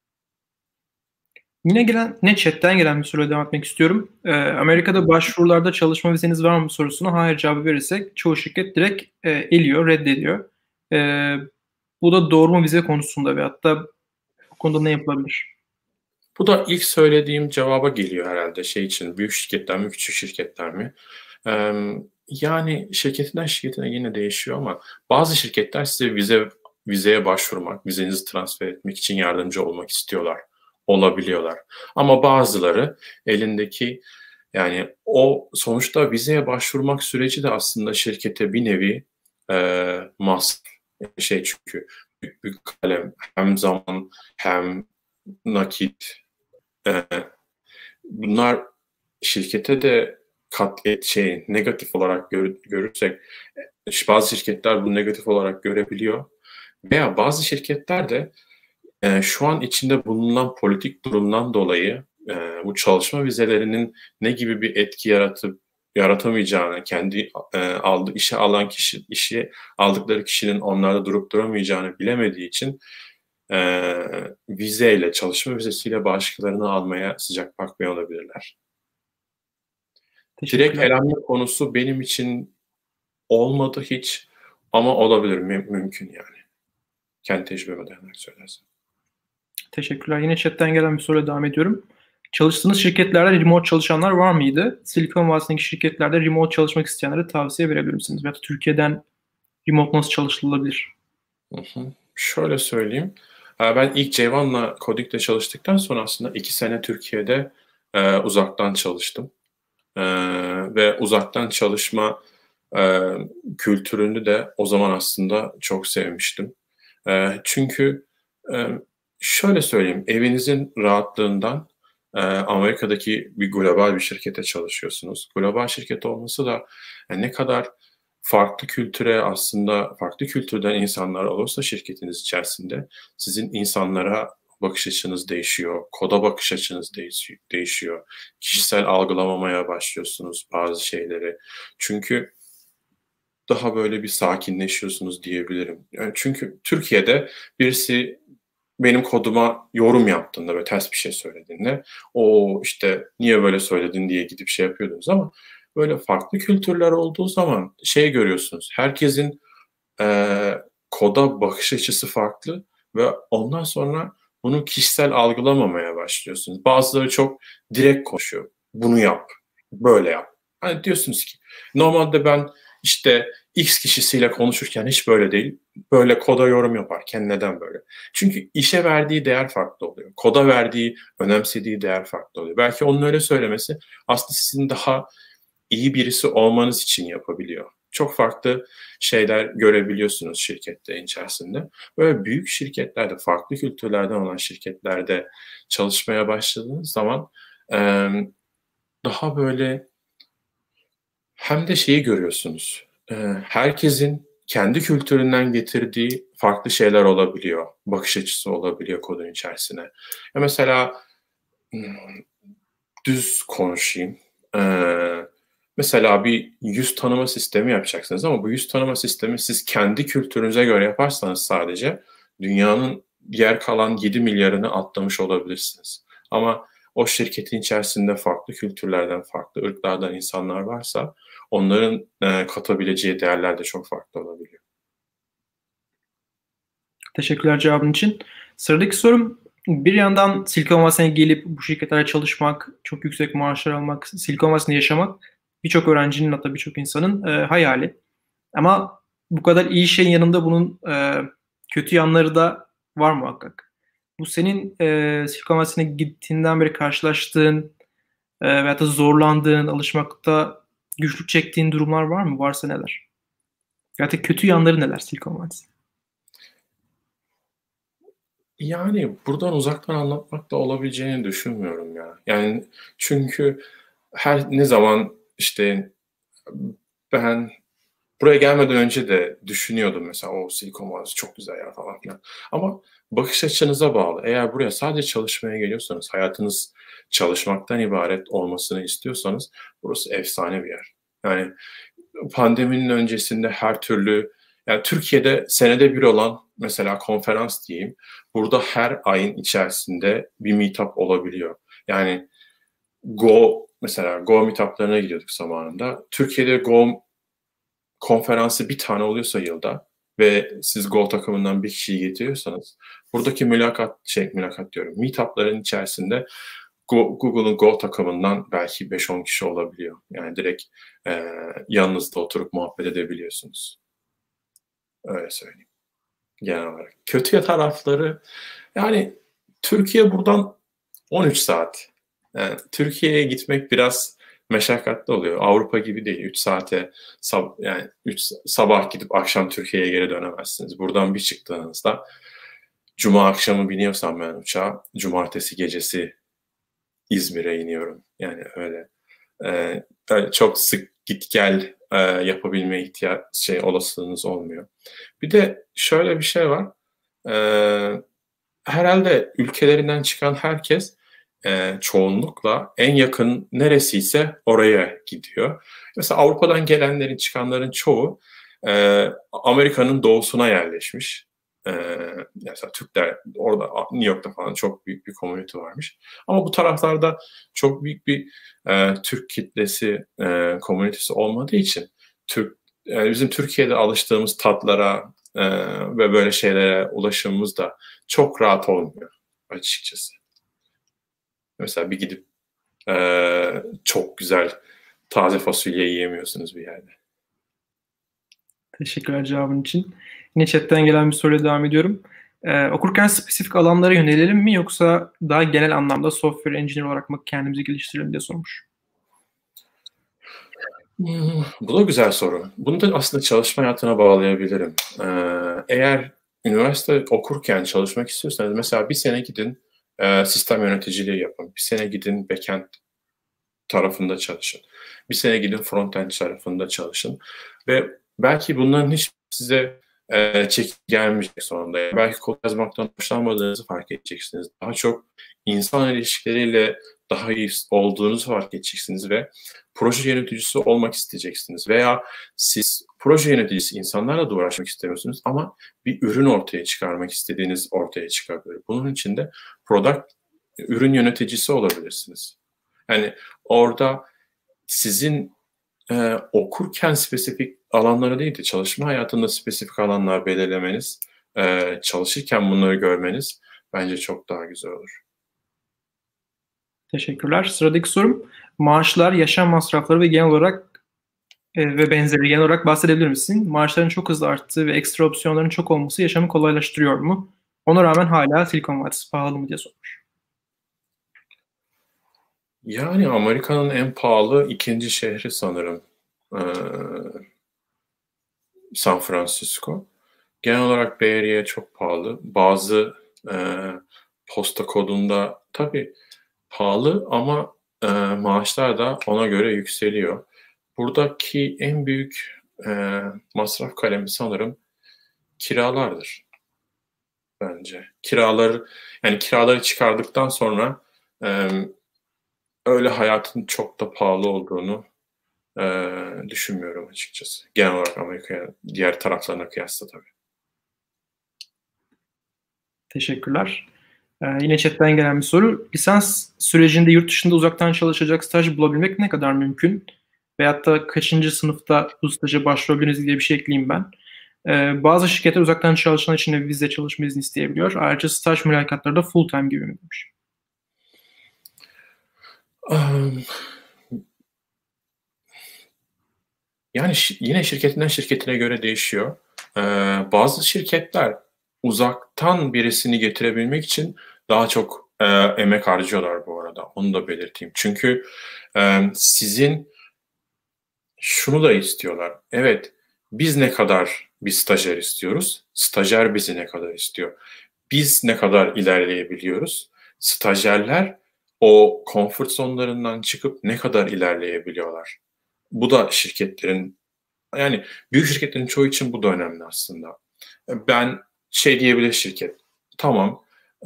Yine chatten gelen bir soruyla devam etmek istiyorum. Amerika'da başvurularda çalışma vizeniz var mı sorusuna hayır cevabı verirsek çoğu şirket direkt eliyor, reddediyor. Bu da doğru mu vize konusunda ve hatta bu konuda ne yapılabilir? Bu da ilk söylediğim cevaba geliyor herhalde şey için. Büyük şirketler mi, küçük şirketler mi? Yani şirketinden şirketine yine değişiyor ama bazı şirketler size vizeye başvurmak, vizenizi transfer etmek için yardımcı olmak istiyorlar, olabiliyorlar. Ama bazıları elindeki yani o sonuçta vizeye başvurmak süreci de aslında şirkete bir nevi masraf çünkü büyük kalem hem zaman hem nakit bunlar şirkete de negatif olarak görürsek bazı şirketler bunu negatif olarak görebiliyor veya bazı şirketler de şu an içinde bulunan politik durumdan dolayı bu çalışma vizelerinin ne gibi bir etki yaratamayacağını, kendi işe aldıkları kişinin onlarda durup duramayacağını bilemediği için vizeyle, çalışma vizesiyle başkalarını almaya sıcak bakmıyor olabilirler. Direkt elenme konusu benim için olmadı hiç ama olabilir, mümkün yani. Kendi tecrübeme dayanarak söylersem. Teşekkürler. Yine chatten gelen bir soruyla devam ediyorum. Çalıştığınız şirketlerde remote çalışanlar var mıydı? Silikon Vadisi'ndeki şirketlerde remote çalışmak isteyenlere tavsiye verebilir misiniz? Veya Türkiye'den remote nasıl çalışılabilir? Şöyle söyleyeyim. Ben ilk Ceyvan'la Kodik'te çalıştıktan sonra aslında 2 sene Türkiye'de uzaktan çalıştım. Ve uzaktan çalışma kültürünü de o zaman aslında çok sevmiştim. Çünkü şöyle söyleyeyim, evinizin rahatlığından Amerika'daki bir global bir şirkete çalışıyorsunuz. Global şirket olması da ne kadar farklı kültüre aslında farklı kültürden insanlar olursa şirketiniz içerisinde sizin insanlara bakış açınız değişiyor, koda bakış açınız değişiyor. Kişisel algılamamaya başlıyorsunuz bazı şeyleri. Çünkü daha böyle bir sakinleşiyorsunuz diyebilirim. Yani çünkü Türkiye'de birisi benim koduma yorum yaptığında ve ters bir şey söylediğinde o işte niye böyle söyledin diye gidip şey yapıyordunuz ama böyle farklı kültürler olduğu zaman şey görüyorsunuz. Herkesin koda bakış açısı farklı ve ondan sonra bunu kişisel algılamamaya başlıyorsunuz. Bazıları çok direkt konuşuyor. Bunu yap, böyle yap. Hani diyorsunuz ki normalde ben işte X kişisiyle konuşurken hiç böyle değil. Böyle koda yorum yaparken neden böyle? Çünkü işe verdiği değer farklı oluyor. Koda verdiği, önemsediği değer farklı oluyor. Belki onun öyle söylemesi aslında sizin daha iyi birisi olmanız için yapabiliyor. Çok farklı şeyler görebiliyorsunuz şirkette içerisinde. Böyle büyük şirketlerde, farklı kültürlerden olan şirketlerde çalışmaya başladığınız zaman daha böyle hem de şeyi görüyorsunuz. Herkesin kendi kültüründen getirdiği farklı şeyler olabiliyor. Bakış açısı olabiliyor kodun içerisine. Ya mesela düz konuşayım. Mesela bir yüz tanıma sistemi yapacaksınız ama bu yüz tanıma sistemi siz kendi kültürünüze göre yaparsanız sadece dünyanın diğer kalan 7 milyarını atlamış olabilirsiniz. Ama o şirketin içerisinde farklı kültürlerden, farklı ırklardan insanlar varsa onların katabileceği değerler de çok farklı olabiliyor. Teşekkürler cevabın için. Sıradaki sorum, bir yandan Silikon Vadisi'ne gelip bu şirketlere çalışmak, çok yüksek maaşlar almak, Silikon Vadisi'nde yaşamak birçok öğrencinin hatta birçok insanın hayali. Ama bu kadar iyi şeyin yanında bunun kötü yanları da var muhakkak. Bu senin Silikon Vadisi'ne gittiğinden beri karşılaştığın veyahut da zorlandığın, alışmakta güçlük çektiğin durumlar var mı? Varsa neler? Veyahut da kötü yanları neler Silikon Vadisi? Yani buradan uzaktan anlatmak da olabileceğini düşünmüyorum ya. Yani çünkü her ne zaman işte ben buraya gelmeden önce de düşünüyordum mesela o Silikon Vadisi çok güzel ya falan filan. Ama bakış açınıza bağlı. Eğer buraya sadece çalışmaya geliyorsanız, hayatınız çalışmaktan ibaret olmasını istiyorsanız burası efsane bir yer. Yani pandeminin öncesinde her türlü yani Türkiye'de senede bir olan mesela konferans diyeyim. Burada her ayın içerisinde bir meetup olabiliyor. Yani mesela Go meetuplarına gidiyorduk zamanında. Türkiye'de Go konferansı bir tane oluyorsa yılda ve siz Go takımından bir kişiyi getiriyorsanız buradaki mülakat diyorum. Meetup'ların içerisinde Google'un Go takımından belki 5-10 kişi olabiliyor. Yani direkt yanınızda oturup muhabbet edebiliyorsunuz. Öyle söyleyeyim genel olarak. Kötü tarafları yani Türkiye buradan 13 saat. Yani Türkiye'ye gitmek biraz meşakkatli oluyor. Avrupa gibi değil. 3 saate yani 3 sabah gidip akşam Türkiye'ye geri dönemezsiniz. Buradan bir çıktığınızda Cuma akşamı biniyorsam ben uçağa, Cumartesi gecesi İzmir'e iniyorum. Yani öyle. Çok sık git gel yapabilme olasılığınız olmuyor. Bir de şöyle bir şey var. Herhalde ülkelerinden çıkan herkes çoğunlukla en yakın neresiyse oraya gidiyor. Mesela Avrupa'dan gelenlerin, çıkanların çoğu Amerika'nın doğusuna yerleşmiş. Mesela Türkler orada New York'ta falan çok büyük bir komünite varmış. Ama bu taraflarda çok büyük bir Türk kitlesi, komünitesi olmadığı için bizim Türkiye'de alıştığımız tatlara, Ve böyle şeylere ulaşımımız da çok rahat olmuyor açıkçası. Mesela bir gidip çok güzel taze fasulye yiyemiyorsunuz bir yerde. Teşekkürler cevabın için. Yine chatten gelen bir soruyla devam ediyorum. Okurken spesifik alanlara yönelelim mi yoksa daha genel anlamda software engineer olarak mı kendimizi geliştirelim diye sormuş. Bu da güzel soru. Bunu da aslında çalışma hayatına bağlayabilirim. Eğer üniversite okurken çalışmak istiyorsanız mesela bir sene gidin sistem yöneticiliği yapın. Bir sene gidin backend tarafında çalışın. Bir sene gidin frontend tarafında çalışın. Ve belki bunların hiç size çekip gelmeyecek sonunda. Belki kod yazmaktan hoşlanmadığınızı fark edeceksiniz. Daha çok insan ilişkileriyle daha iyi olduğunuzu fark edeceksiniz ve proje yöneticisi olmak isteyeceksiniz. Veya siz proje yöneticisi insanlarla da uğraşmak istemiyorsunuz ama bir ürün ortaya çıkarmak istediğiniz ortaya çıkabilir. Bunun için de ürün yöneticisi olabilirsiniz. Yani orada sizin okurken spesifik alanları değil de çalışma hayatında spesifik alanlar belirlemeniz, çalışırken bunları görmeniz bence çok daha güzel olur. Teşekkürler. Sıradaki sorum maaşlar, yaşam masrafları ve genel olarak ve benzeri genel olarak bahsedebilir misin? Maaşların çok hızlı arttığı ve ekstra opsiyonların çok olması yaşamı kolaylaştırıyor mu? Ona rağmen hala Silikon Vadisi pahalı mı diye sormuş. Yani Amerika'nın en pahalı ikinci şehri sanırım San Francisco. Genel olarak Bay Area çok pahalı. Bazı posta kodunda tabii pahalı ama maaşlar da ona göre yükseliyor. Buradaki en büyük masraf kalemi sanırım kiralardır bence. Kiraları çıkardıktan sonra öyle hayatın çok da pahalı olduğunu düşünmüyorum açıkçası. Genel olarak Amerika'ya diğer taraflarına kıyasla tabii. Teşekkürler. Yine chatten gelen bir soru. Lisans sürecinde yurt dışında uzaktan çalışacak staj bulabilmek ne kadar mümkün? Veyahut da kaçıncı sınıfta bu staja başvurabiliriz diye bir şey ekleyeyim ben. Bazı şirketler uzaktan çalışan için de vize çalışma izni isteyebiliyor. Ayrıca staj mülakatları da full time gibi mi demiş. Yani yine şirketinden şirketine göre değişiyor. Bazı şirketler uzaktan birisini getirebilmek için daha çok emek harcıyorlar bu arada. Onu da belirteyim. Çünkü sizin şunu da istiyorlar. Evet, biz ne kadar bir stajyer istiyoruz? Stajyer bizi ne kadar istiyor? Biz ne kadar ilerleyebiliyoruz? Stajyerler o comfort zonlarından çıkıp ne kadar ilerleyebiliyorlar? Bu da yani büyük şirketlerin çoğu için bu da önemli aslında. Ben diyebilir şirket, tamam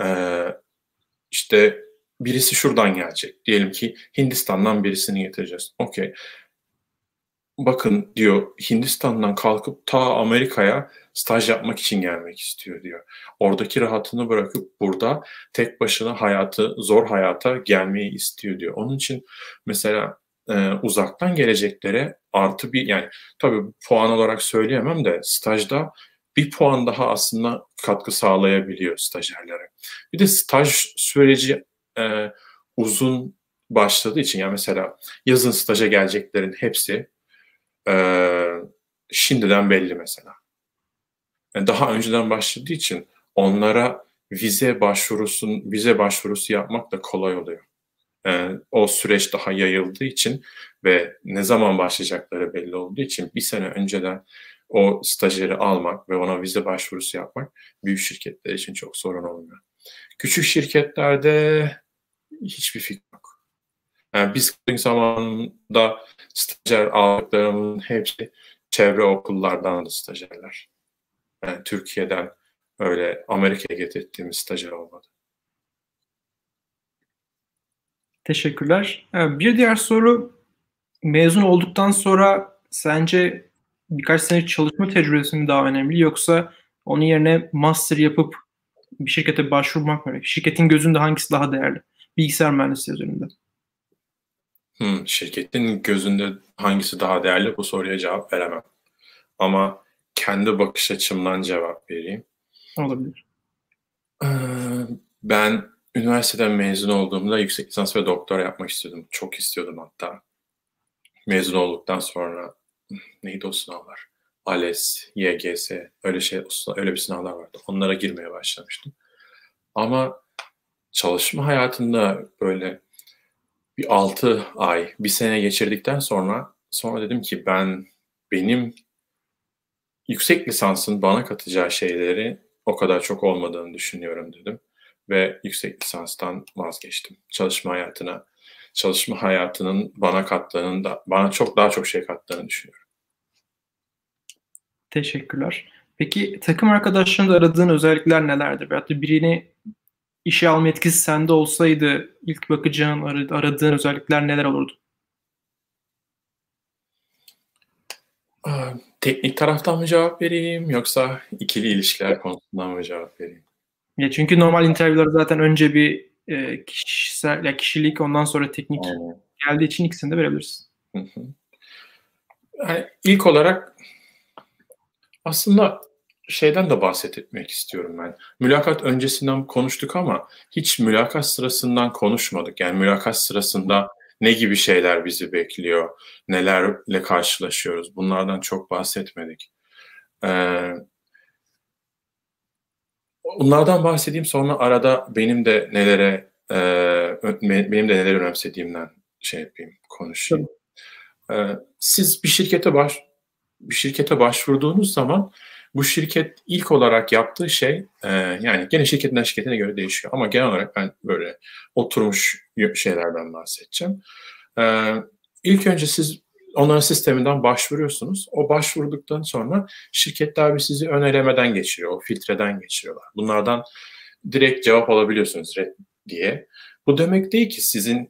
işte birisi şuradan gelecek. Diyelim ki Hindistan'dan birisini getireceğiz. Okey. Bakın diyor Hindistan'dan kalkıp ta Amerika'ya staj yapmak için gelmek istiyor diyor. Oradaki rahatını bırakıp burada tek başına zor hayata gelmeyi istiyor diyor. Onun için mesela uzaktan geleceklere artı yani tabii puan olarak söyleyemem de stajda bir puan daha aslında katkı sağlayabiliyor stajyerlere. Bir de staj süreci uzun başladığı için yani mesela yazın staja geleceklerin hepsi şimdiden belli mesela. Yani daha önceden başladığı için onlara vize başvurusu yapmak da kolay oluyor. O süreç daha yayıldığı için ve ne zaman başlayacakları belli olduğu için bir sene önceden o stajyeri almak ve ona vize başvurusu yapmak büyük şirketler için çok sorun olmuyor. Küçük şirketlerde hiçbir fikrim yok. Yani biz zamanında stajyer aldıklarımın hepsi çevre okullardan da stajyerler. Yani Türkiye'den öyle Amerika'ya getirdiğimiz stajyer olmadı. Teşekkürler. Bir diğer soru, mezun olduktan sonra sence birkaç sene çalışma tecrübesi mi daha önemli yoksa onun yerine master yapıp bir şirkete başvurmak mı? Şirketin gözünde hangisi daha değerli? Bilgisayar mühendisliği üzerinde. Şirketin gözünde hangisi daha değerli bu soruya cevap veremem. Ama kendi bakış açımdan cevap vereyim. Olabilir. Ben üniversiteden mezun olduğumda yüksek lisans ve doktora yapmak istiyordum. Çok istiyordum hatta. Mezun olduktan sonra neydi o sınavlar? ALES, YGS, öyle bir sınavlar vardı. Onlara girmeye başlamıştım. Ama çalışma hayatında böyle bir 6 ay, bir sene geçirdikten sonra dedim ki benim yüksek lisansın bana katacağı şeyleri o kadar çok olmadığını düşünüyorum dedim. Ve yüksek lisanstan vazgeçtim. Çalışma hayatının bana çok daha çok şey kattığını düşünüyorum. Teşekkürler. Peki takım arkadaşlarında aradığın özellikler nelerdir? Veyahut da birini işe alma etkisi sende olsaydı ilk bakacağın, aradığın özellikler neler olurdu? Teknik taraftan mı cevap vereyim yoksa ikili ilişkiler konusundan mı cevap vereyim? Ya çünkü normal interview'lar zaten önce bir kişilik, ondan sonra teknik geldiği için ikisini de verebilirsin. Yani ilk olarak aslında şeyden de bahsetmek istiyorum ben. Mülakat öncesinden konuştuk ama hiç mülakat sırasından konuşmadık. Yani mülakat sırasında ne gibi şeyler bizi bekliyor, nelerle karşılaşıyoruz, bunlardan çok bahsetmedik. Bunlardan bahsedeyim, sonra arada benim de neler önemsediğimden konuşayım. Siz bir şirkete başvurduğunuz zaman bu şirket ilk olarak yaptığı şey, yani gene şirketten şirketine göre değişiyor ama genel olarak ben böyle oturmuş şeylerden bahsedeceğim. İlk önce siz onların sisteminden başvuruyorsunuz. O başvurduktan sonra şirketler sizi ön elemeden geçiriyor, o filtreden geçiriyorlar. Bunlardan direkt cevap alabiliyorsunuz red diye. Bu demek değil ki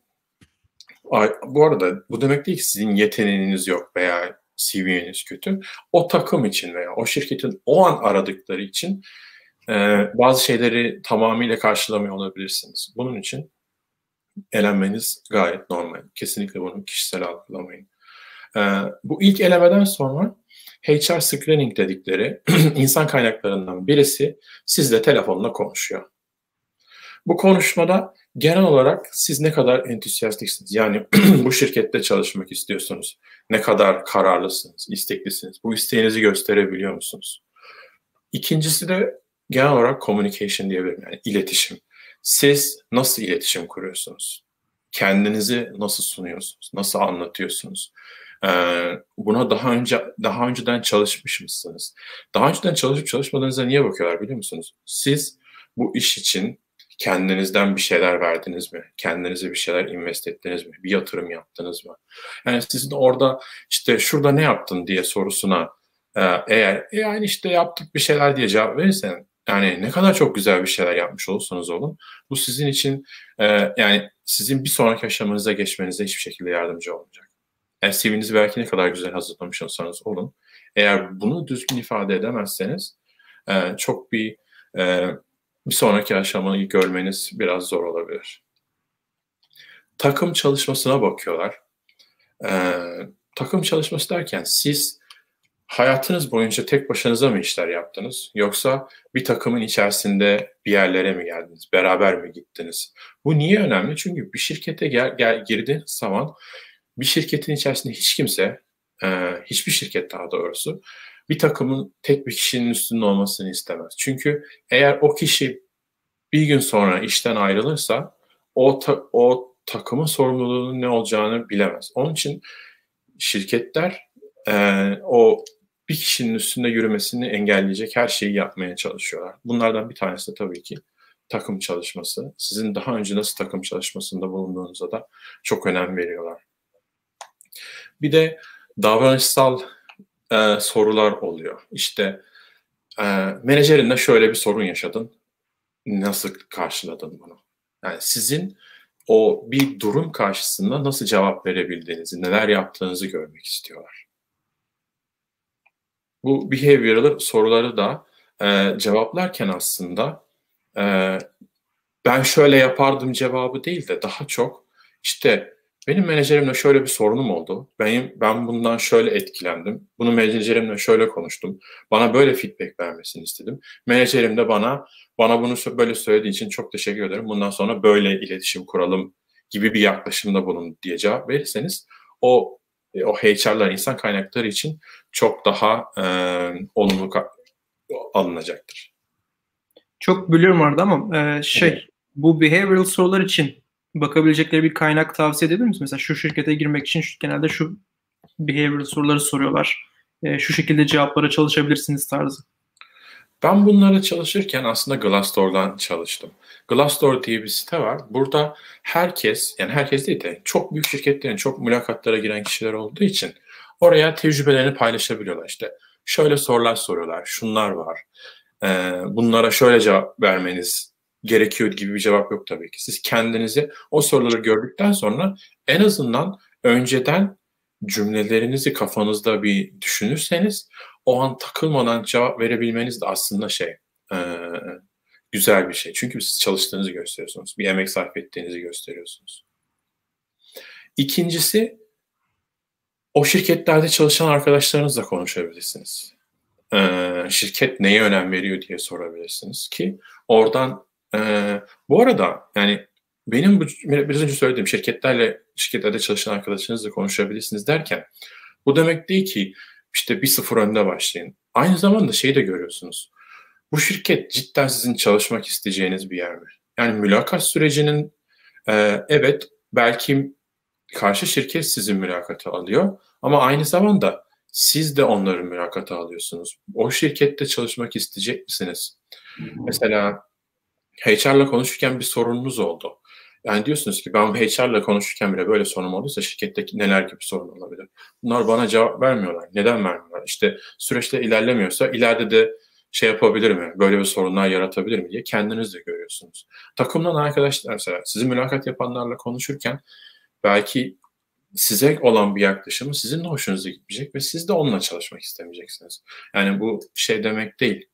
sizin yeteneğiniz yok veya CV'niz kötü. O takım için veya o şirketin o an aradıkları için bazı şeyleri tamamıyla karşılamıyor olabilirsiniz. Bunun için elenmeniz gayet normal. Kesinlikle bunu kişisel algılamayın. Bu ilk elemeden sonra HR screening dedikleri insan kaynaklarından birisi sizle telefonla konuşuyor. Bu konuşmada genel olarak siz ne kadar entüsyastiksiniz, yani bu şirkette çalışmak istiyorsunuz, ne kadar kararlısınız, isteklisiniz, bu isteğinizi gösterebiliyor musunuz? İkincisi de genel olarak communication diyebilirim, yani iletişim. Siz nasıl iletişim kuruyorsunuz? Kendinizi nasıl sunuyorsunuz? Nasıl anlatıyorsunuz? Buna daha önceden çalışmış mısınız? Daha önceden çalışıp çalışmadığınıza niye bakıyorlar biliyor musunuz? Siz bu iş için kendinizden bir şeyler verdiniz mi? Kendinize bir şeyler invest ettiniz mi? Bir yatırım yaptınız mı? Yani sizin orada işte şurada ne yaptın diye sorusuna eğer yani işte yaptık bir şeyler diye cevap verirsen, yani ne kadar çok güzel bir şeyler yapmış olursanız olun, bu sizin için yani sizin bir sonraki aşamanıza geçmenize hiçbir şekilde yardımcı olmayacak. Yani CV'nizi belki ne kadar güzel hazırlamış olsanız olun, eğer bunu düzgün ifade edemezseniz çok bir sonraki aşamayı görmeniz biraz zor olabilir. Takım çalışmasına bakıyorlar. Takım çalışması derken siz hayatınız boyunca tek başınıza mı işler yaptınız? Yoksa bir takımın içerisinde bir yerlere mi geldiniz? Beraber mi gittiniz? Bu niye önemli? Çünkü bir şirkete girdiğiniz zaman bir şirketin içerisinde hiç kimse, hiçbir şirket daha doğrusu, bir takımın tek bir kişinin üstünde olmasını istemez. Çünkü eğer o kişi bir gün sonra işten ayrılırsa o takımın sorumluluğunun ne olacağını bilemez. Onun için şirketler o bir kişinin üstünde yürümesini engelleyecek her şeyi yapmaya çalışıyorlar. Bunlardan bir tanesi de tabii ki takım çalışması. Sizin daha önce nasıl takım çalışmasında bulunduğunuza da çok önem veriyorlar. Bir de davranışsal sorular oluyor. İşte menajerinle şöyle bir sorun yaşadın. Nasıl karşıladın bunu? Yani sizin o bir durum karşısında nasıl cevap verebildiğinizi, neler yaptığınızı görmek istiyorlar. Bu behavioral soruları da cevaplarken aslında ben şöyle yapardım cevabı değil de daha çok işte benim menajerimle şöyle bir sorunum oldu. Ben bundan şöyle etkilendim. Bunu menajerimle şöyle konuştum. Bana böyle feedback vermesini istedim. Menajerim de bana bunu böyle söylediği için çok teşekkür ederim. Bundan sonra böyle iletişim kuralım gibi bir yaklaşımda bulun diye cevap verirseniz o HR'lar insan kaynakları için çok daha olumlu alınacaktır. Çok bölüyorum orada ama Evet. bu behavioral sorular için bakabilecekleri bir kaynak tavsiye edebilir misin? Mesela şu şirkete girmek için genelde şu behavioral soruları soruyorlar. Şu şekilde cevaplara çalışabilirsiniz tarzı. Ben bunlara çalışırken aslında Glassdoor'dan çalıştım. Glassdoor diye bir site var. Burada herkes, yani herkes değil de çok büyük şirketlerin çok mülakatlara giren kişiler olduğu için oraya tecrübelerini paylaşabiliyorlar. İşte şöyle sorular soruyorlar, şunlar var. Bunlara şöyle cevap vermeniz gerekiyor gibi bir cevap yok tabii ki. Siz kendinizi o soruları gördükten sonra en azından önceden cümlelerinizi kafanızda bir düşünürseniz o an takılmadan cevap verebilmeniz de aslında e, güzel bir şey. Çünkü siz çalıştığınızı gösteriyorsunuz. Bir emek sarf ettiğinizi gösteriyorsunuz. İkincisi, o şirketlerde çalışan arkadaşlarınızla konuşabilirsiniz. Şirket neye önem veriyor diye sorabilirsiniz ki oradan bu arada yani benim biraz önce söylediğim şirketlerde çalışan arkadaşlarınızla konuşabilirsiniz derken bu demek değil ki işte 1-0 önde başlayın. Aynı zamanda şeyi de görüyorsunuz. Bu şirket cidden sizin çalışmak isteyeceğiniz bir yer mi? Yani mülakat sürecinin evet belki karşı şirket sizin mülakata alıyor ama aynı zamanda siz de onların mülakata alıyorsunuz. O şirkette çalışmak isteyecek misiniz? Mesela HR'la konuşurken bir sorununuz oldu. Yani diyorsunuz ki ben HR'la konuşurken bile böyle sorun olduysa şirketteki neler gibi sorun olabilir? Bunlar bana cevap vermiyorlar. Neden vermiyorlar? İşte süreçte ilerlemiyorsa ileride de şey yapabilir mi? Böyle bir sorunlar yaratabilir mi diye kendiniz de görüyorsunuz. Takımdan arkadaşlar mesela sizi mülakat yapanlarla konuşurken belki size olan bir yaklaşımı sizin de hoşunuza gitmeyecek ve siz de onunla çalışmak istemeyeceksiniz. Yani bu şey demek değil.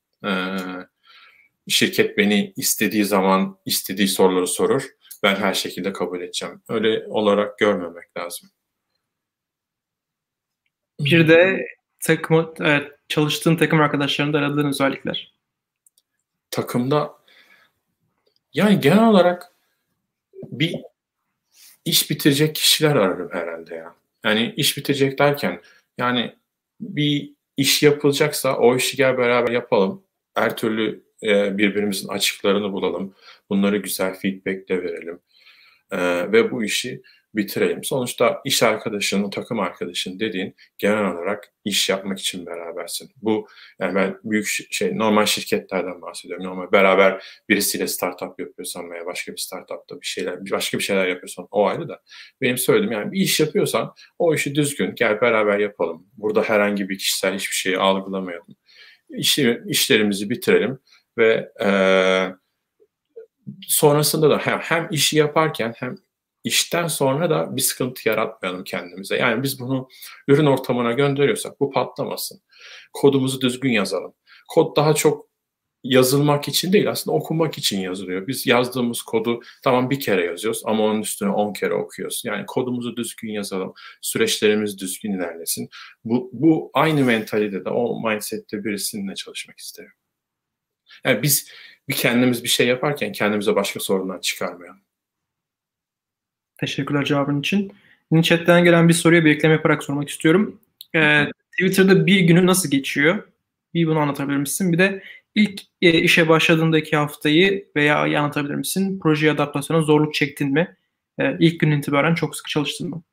Şirket beni istediği zaman istediği soruları sorur. Ben her şekilde kabul edeceğim. Öyle olarak görmemek lazım. Bir de çalıştığın takım arkadaşlarında aradığın özellikler. Takımda yani genel olarak bir iş bitirecek kişiler ararım herhalde ya. Yani iş bitirecek derken yani bir iş yapılacaksa o işi gel beraber yapalım. Her türlü birbirimizin açıklarını bulalım. Bunları güzel feedbackle verelim. Ve bu işi bitirelim. Sonuçta iş arkadaşın, takım arkadaşın dediğin genel olarak iş yapmak için berabersin. Bu yani ben büyük normal şirketlerden bahsediyorum. Normal beraber birisiyle startup yapıyorsan veya başka bir startupta başka bir şeyler yapıyorsan o ayrı da. Benim söylediğim yani bir iş yapıyorsan o işi düzgün gel beraber yapalım. Burada herhangi bir kişisel hiçbir şeyi algılamayalım. İşlerimizi bitirelim ve sonrasında da hem işi yaparken hem işten sonra da bir sıkıntı yaratmayalım kendimize. Yani biz bunu ürün ortamına gönderiyorsak bu patlamasın. Kodumuzu düzgün yazalım. Kod daha çok yazılmak için değil aslında okumak için yazılıyor. Biz yazdığımız kodu tamam bir kere yazıyoruz ama onun üstüne 10 kere okuyoruz. Yani kodumuzu düzgün yazalım. Süreçlerimiz düzgün ilerlesin. Bu aynı mentalitede, o mindsette birisininle çalışmak isterim. Yani biz kendimiz bir şey yaparken kendimize başka sorunlar çıkarmayalım. Teşekkürler cevabın için. Yine chatten gelen bir soruya bir ekleme yaparak sormak istiyorum. Twitter'da bir günü nasıl geçiyor? Bir bunu anlatabilir misin? Bir de ilk işe başladığındaki haftayı veya ayı anlatabilir misin? Projeye adaptasyona zorluk çektin mi? İlk günden itibaren çok sık çalıştın mı?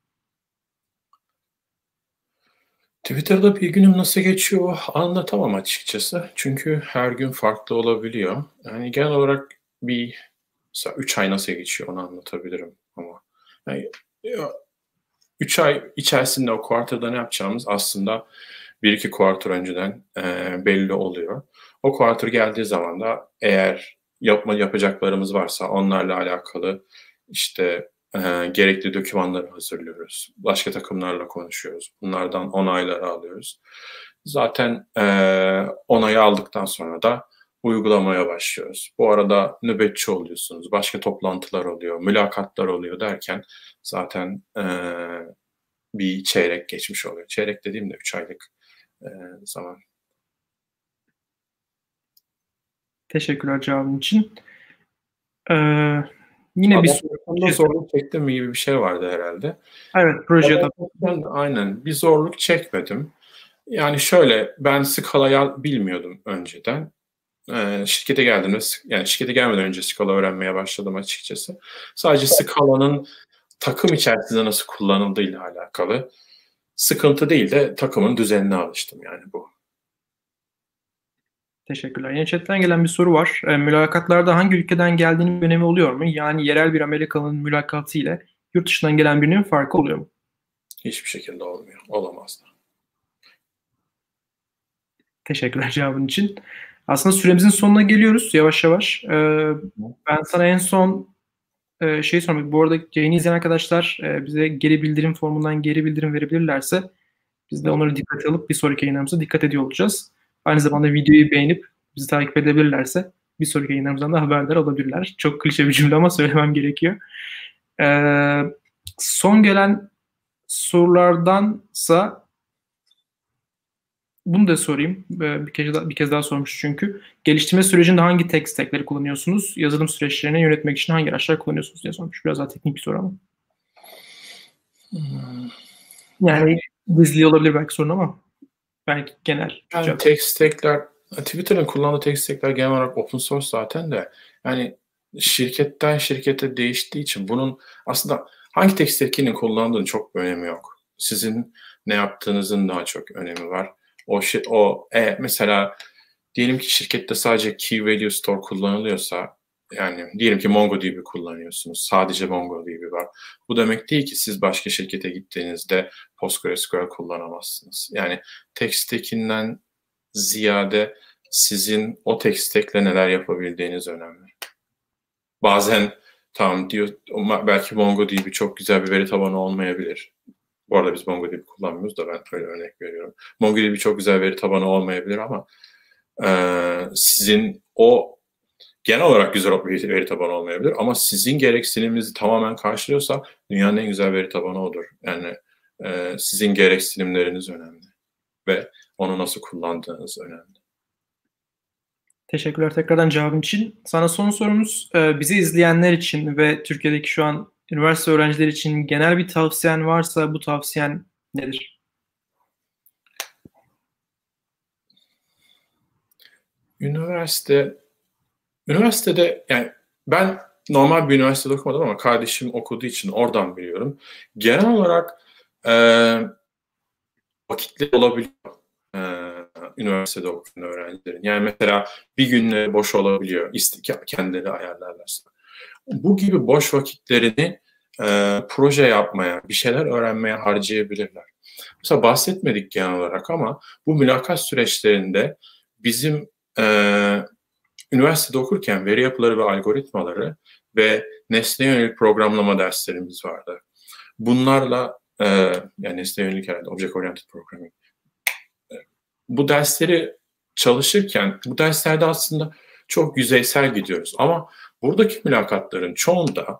Twitter'da bir günüm nasıl geçiyor anlatamam açıkçası. Çünkü her gün farklı olabiliyor. Yani genel olarak mesela 3 ay nasıl geçiyor onu anlatabilirim ama. Yani 3 ay içerisinde o quarter'da ne yapacağımız aslında 1-2 quarter önceden belli oluyor. O quarter geldiği zaman da eğer yapacaklarımız varsa onlarla alakalı işte gerekli dokümanları hazırlıyoruz. Başka takımlarla konuşuyoruz. Bunlardan onayları alıyoruz. Zaten onayı aldıktan sonra da uygulamaya başlıyoruz. Bu arada nöbetçi oluyorsunuz, başka toplantılar oluyor, mülakatlar oluyor derken zaten bir çeyrek geçmiş oluyor. Çeyrek dediğimde 3 aylık zaman. Teşekkürler cevabın için. Yine bir soru. Zorluk çektim mi gibi bir şey vardı herhalde. Evet, projede. Aynen, bir zorluk çekmedim. Yani şöyle, ben Scala'yı bilmiyordum önceden. Şirkete geldiğimde, yani şirkete gelmeden önce Scala öğrenmeye başladım açıkçası. Sadece Scala'nın takım içerisinde nasıl kullanıldığıyla alakalı sıkıntı değil de takımın düzenine alıştım yani bu. Teşekkürler. Yine chatten gelen bir soru var. Mülakatlarda hangi ülkeden geldiğinin bir önemi oluyor mu? Yani yerel bir Amerikalı'nın mülakatı ile yurt dışından gelen birinin farkı oluyor mu? Hiçbir şekilde olmuyor. Olamaz da. Teşekkürler cevabın için. Aslında süremizin sonuna geliyoruz yavaş yavaş. Ben sana en son şey sormak. Bu arada yayını izleyen arkadaşlar bize geri bildirim formundan geri bildirim verebilirlerse biz de onları dikkate alıp bir sonraki yayınlarımıza dikkat ediyor olacağız. Aynı zamanda videoyu beğenip bizi takip edebilirlerse bir sonraki yayınlarımızdan da haberdar olabilirler. Çok klişe bir cümle ama söylemem gerekiyor. Son gelen sorulardansa bunu da sorayım. Bir kez daha sormuş çünkü. Geliştirme sürecinde hangi tech stack'leri kullanıyorsunuz? Yazılım süreçlerini yönetmek için hangi araçlar kullanıyorsunuz diye sormuş. Biraz daha teknik bir soru ama. Yani gizli olabilir belki sorun ama belki genel. Yani tech stack'ler, Twitter'ın kullandığı tech stack'ler genel olarak open source zaten de yani şirketten şirkete değiştiği için bunun aslında hangi tech stack'inin kullandığının çok bir önemi yok. Sizin ne yaptığınızın daha çok önemi var. Mesela diyelim ki şirkette sadece Key Value Store kullanılıyorsa, yani diyelim ki MongoDB kullanıyorsunuz. Sadece MongoDB var. Bu demek değil ki siz başka şirkete gittiğinizde PostgreSQL kullanamazsınız. Yani tech stack'inden ziyade sizin o tech stack'le neler yapabildiğiniz önemli. Bazen tamam diyor, belki MongoDB çok güzel bir veri tabanı olmayabilir. Bu arada biz MongoDB kullanmıyoruz da ben öyle örnek veriyorum. MongoDB çok güzel veri tabanı olmayabilir ama sizin o genel olarak güzel bir veri tabanı olmayabilir ama sizin gereksiniminizi tamamen karşılıyorsa dünyanın en güzel veri tabanı odur. Yani sizin gereksinimleriniz önemli ve onu nasıl kullandığınız önemli. Teşekkürler tekrardan cevabın için. Sana son sorumuz, bizi izleyenler için ve Türkiye'deki şu an üniversite öğrencileri için genel bir tavsiyen varsa bu tavsiyen nedir? Üniversitede yani ben normal bir üniversitede okumadım ama kardeşim okuduğu için oradan biliyorum. Genel olarak vakitleri olabiliyor üniversitede okuyan öğrencilerin. Yani mesela bir günleri boş olabiliyor kendileri ayarlarlarsa. Bu gibi boş vakitlerini proje yapmaya, bir şeyler öğrenmeye harcayabilirler. Mesela bahsetmedik genel olarak ama bu mülakat süreçlerinde bizim üniversitede okurken veri yapıları ve algoritmaları ve nesneye yönelik programlama derslerimiz vardı. Bunlarla yani nesneye yönelik herhalde Object Oriented Programming. Bu dersleri çalışırken bu derslerde aslında çok yüzeysel gidiyoruz ama buradaki mülakatların çoğunda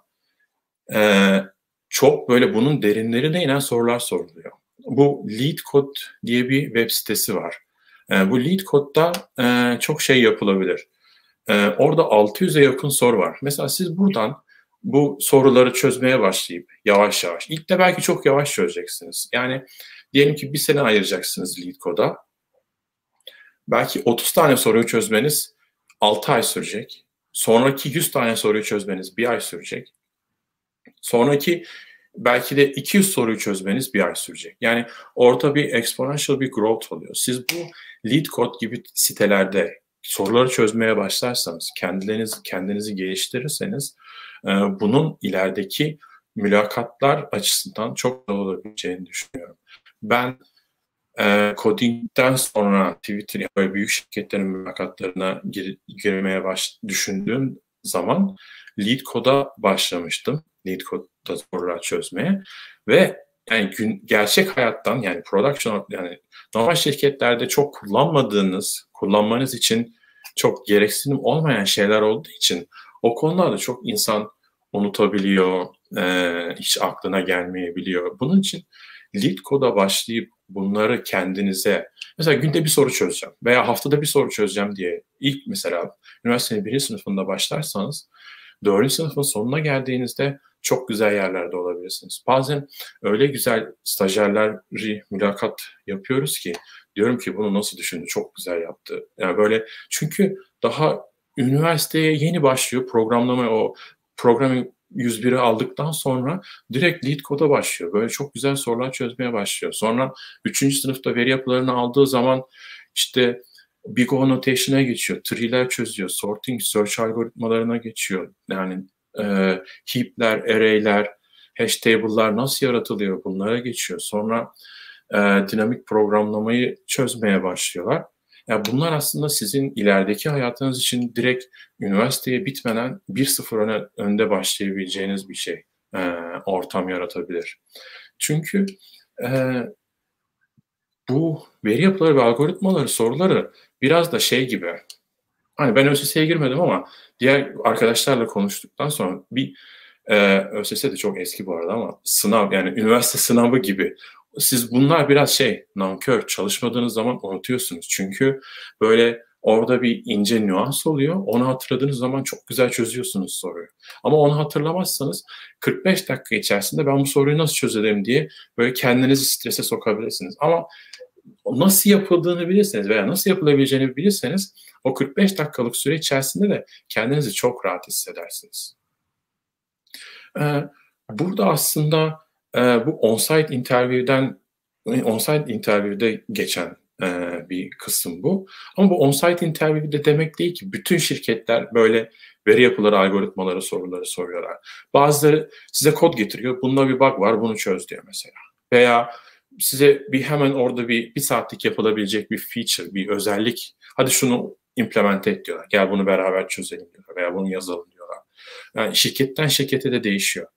çok böyle bunun derinlerine inen sorular soruluyor. Bu LeetCode diye bir web sitesi var. Bu LeetCode'da çok şey yapılabilir. Orada 600'e yakın soru var. Mesela siz buradan bu soruları çözmeye başlayıp yavaş yavaş, ilk de belki çok yavaş çözeceksiniz. Yani diyelim ki bir sene ayıracaksınız LeetCode'a. Belki 30 tane soruyu çözmeniz 6 ay sürecek. Sonraki 100 tane soruyu çözmeniz 1 ay sürecek. Sonraki belki de 200 soruyu çözmeniz 1 ay sürecek. Yani orta bir exponential bir growth oluyor. Siz bu LeetCode gibi sitelerde soruları çözmeye başlarsanız, kendinizi geliştirirseniz bunun ilerideki mülakatlar açısından çok da olabileceğini düşünüyorum. Ben coding'den sonra Twitter böyle büyük şirketlerin mülakatlarına girmeye düşündüğüm zaman LeetCode'a başlamıştım. LeetCode'da sorular çözmeye ve yani gerçek hayattan yani production yani normal şirketlerde çok kullanmanız için çok gereksinim olmayan şeyler olduğu için o konularda çok insan unutabiliyor, hiç aklına gelmeyebiliyor. Bunun için LeetCode'a başlayıp bunları kendinize, mesela günde bir soru çözeceğim veya haftada bir soru çözeceğim diye ilk mesela üniversitenin 1. sınıfında başlarsanız 4. sınıfın sonuna geldiğinizde çok güzel yerlerde olabilirsiniz. Bazen öyle güzel stajyerleri mülakat yapıyoruz ki diyorum ki bunu nasıl düşündü, çok güzel yaptı. Yani böyle, çünkü daha üniversiteye yeni başlıyor programlamaya, o programming 101'i aldıktan sonra direkt LeetCode'a başlıyor. Böyle çok güzel sorular çözmeye başlıyor. Sonra 3. sınıfta veri yapılarını aldığı zaman işte Big O Notation'a geçiyor. Tree'ler çözüyor. Sorting, search algoritmalarına geçiyor. Yani heap'ler, array'ler, hash table'lar nasıl yaratılıyor, bunlara geçiyor. Sonra dinamik programlamayı çözmeye başlıyorlar. Yani bunlar aslında sizin ilerideki hayatınız için direkt üniversiteye bitmeden 1-0 önde başlayabileceğiniz bir şey, ortam yaratabilir. Çünkü bu veri yapıları ve algoritmaları soruları biraz da şey gibi, hani ben ÖSS'ye girmedim ama diğer arkadaşlarla konuştuktan sonra bir ÖSS de çok eski bu arada ama sınav, yani üniversite sınavı gibi. Siz bunlar biraz nankör, çalışmadığınız zaman unutuyorsunuz. Çünkü böyle orada bir ince nüans oluyor. Onu hatırladığınız zaman çok güzel çözüyorsunuz soruyu. Ama onu hatırlamazsanız 45 dakika içerisinde ben bu soruyu nasıl çözerim diye böyle kendinizi strese sokabilirsiniz. Ama nasıl yapıldığını bilirseniz veya nasıl yapılabileceğini bilirseniz o 45 dakikalık süre içerisinde de kendinizi çok rahat hissedersiniz. Burada aslında bu on-site interview'de geçen bir kısım bu. Ama bu on-site interview'de demek değil ki bütün şirketler böyle veri yapıları, algoritmaları, soruları soruyorlar. Bazıları size kod getiriyor. Bunda bir bug var, bunu çöz diyor mesela. Veya size hemen orada bir saatlik yapılabilecek bir feature, bir özellik, hadi şunu implement et diyorlar. Gel bunu beraber çözelim diyorlar veya bunu yazalım diyorlar. Yani şirketten şirkete de değişiyor.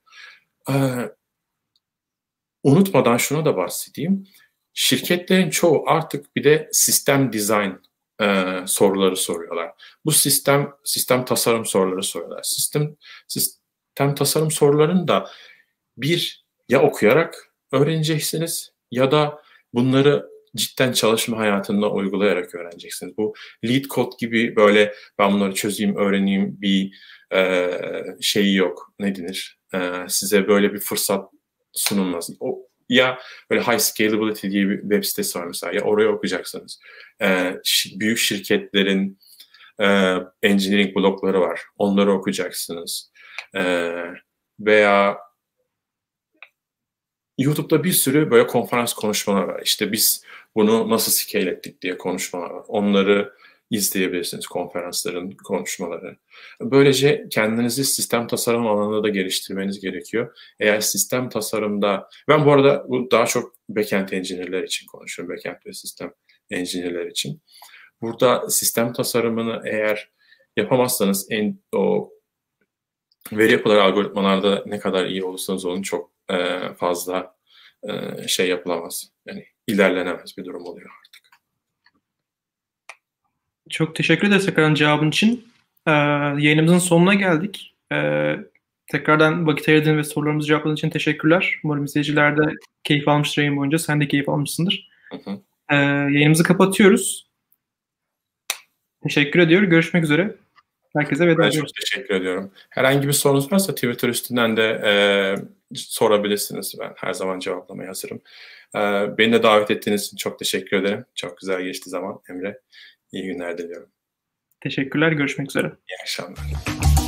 Unutmadan şuna da bahsedeyim. Şirketlerin çoğu artık bir de sistem design soruları soruyorlar. Bu sistem tasarım soruları soruyorlar. Sistem tasarım sorularını da ya okuyarak öğreneceksiniz ya da bunları cidden çalışma hayatında uygulayarak öğreneceksiniz. Bu LeetCode gibi böyle ben bunları çözeyim, öğreneyim bir şeyi yok. Ne denir? Size böyle bir fırsat sunulmaz. Ya böyle High Scalability diye bir web sitesi var mesela. Ya oraya okuyacaksınız. Büyük şirketlerin engineering blokları var. Onları okuyacaksınız. Veya YouTube'da bir sürü böyle konferans konuşmalar var. İşte biz bunu nasıl scale ettik diye konuşmalar var. Onları izleyebilirsiniz, konferansların konuşmaları. Böylece kendinizi sistem tasarım alanında da geliştirmeniz gerekiyor. Eğer sistem tasarımda, ben bu arada bu daha çok backend engineer'ler için konuşuyorum. Backend ve sistem engineer'ler için. Burada sistem tasarımını eğer yapamazsanız o veri yapıları algoritmalarda ne kadar iyi olursanız olun çok fazla yapılamaz. Yani ilerlenemez bir durum oluyor artık. Çok teşekkür ederiz tekrardan cevabın için. Yayınımızın sonuna geldik. Tekrardan vakit ayırdığın ve sorularımızı cevapladığın için teşekkürler. Umarım izleyiciler de keyif almıştır yayın boyunca. Sen de keyif almışsındır. Yayınımızı kapatıyoruz. Teşekkür ediyorum. Görüşmek üzere. Herkese veda ediyoruz. Ben çok teşekkür ediyorum. Herhangi bir sorunuz varsa Twitter üstünden de sorabilirsiniz. Ben her zaman cevaplamaya hazırım. Beni de davet ettiğiniz için çok teşekkür ederim. Çok güzel geçti zaman Emre. İyi günler diliyorum. Teşekkürler. Görüşmek üzere. İyi akşamlar.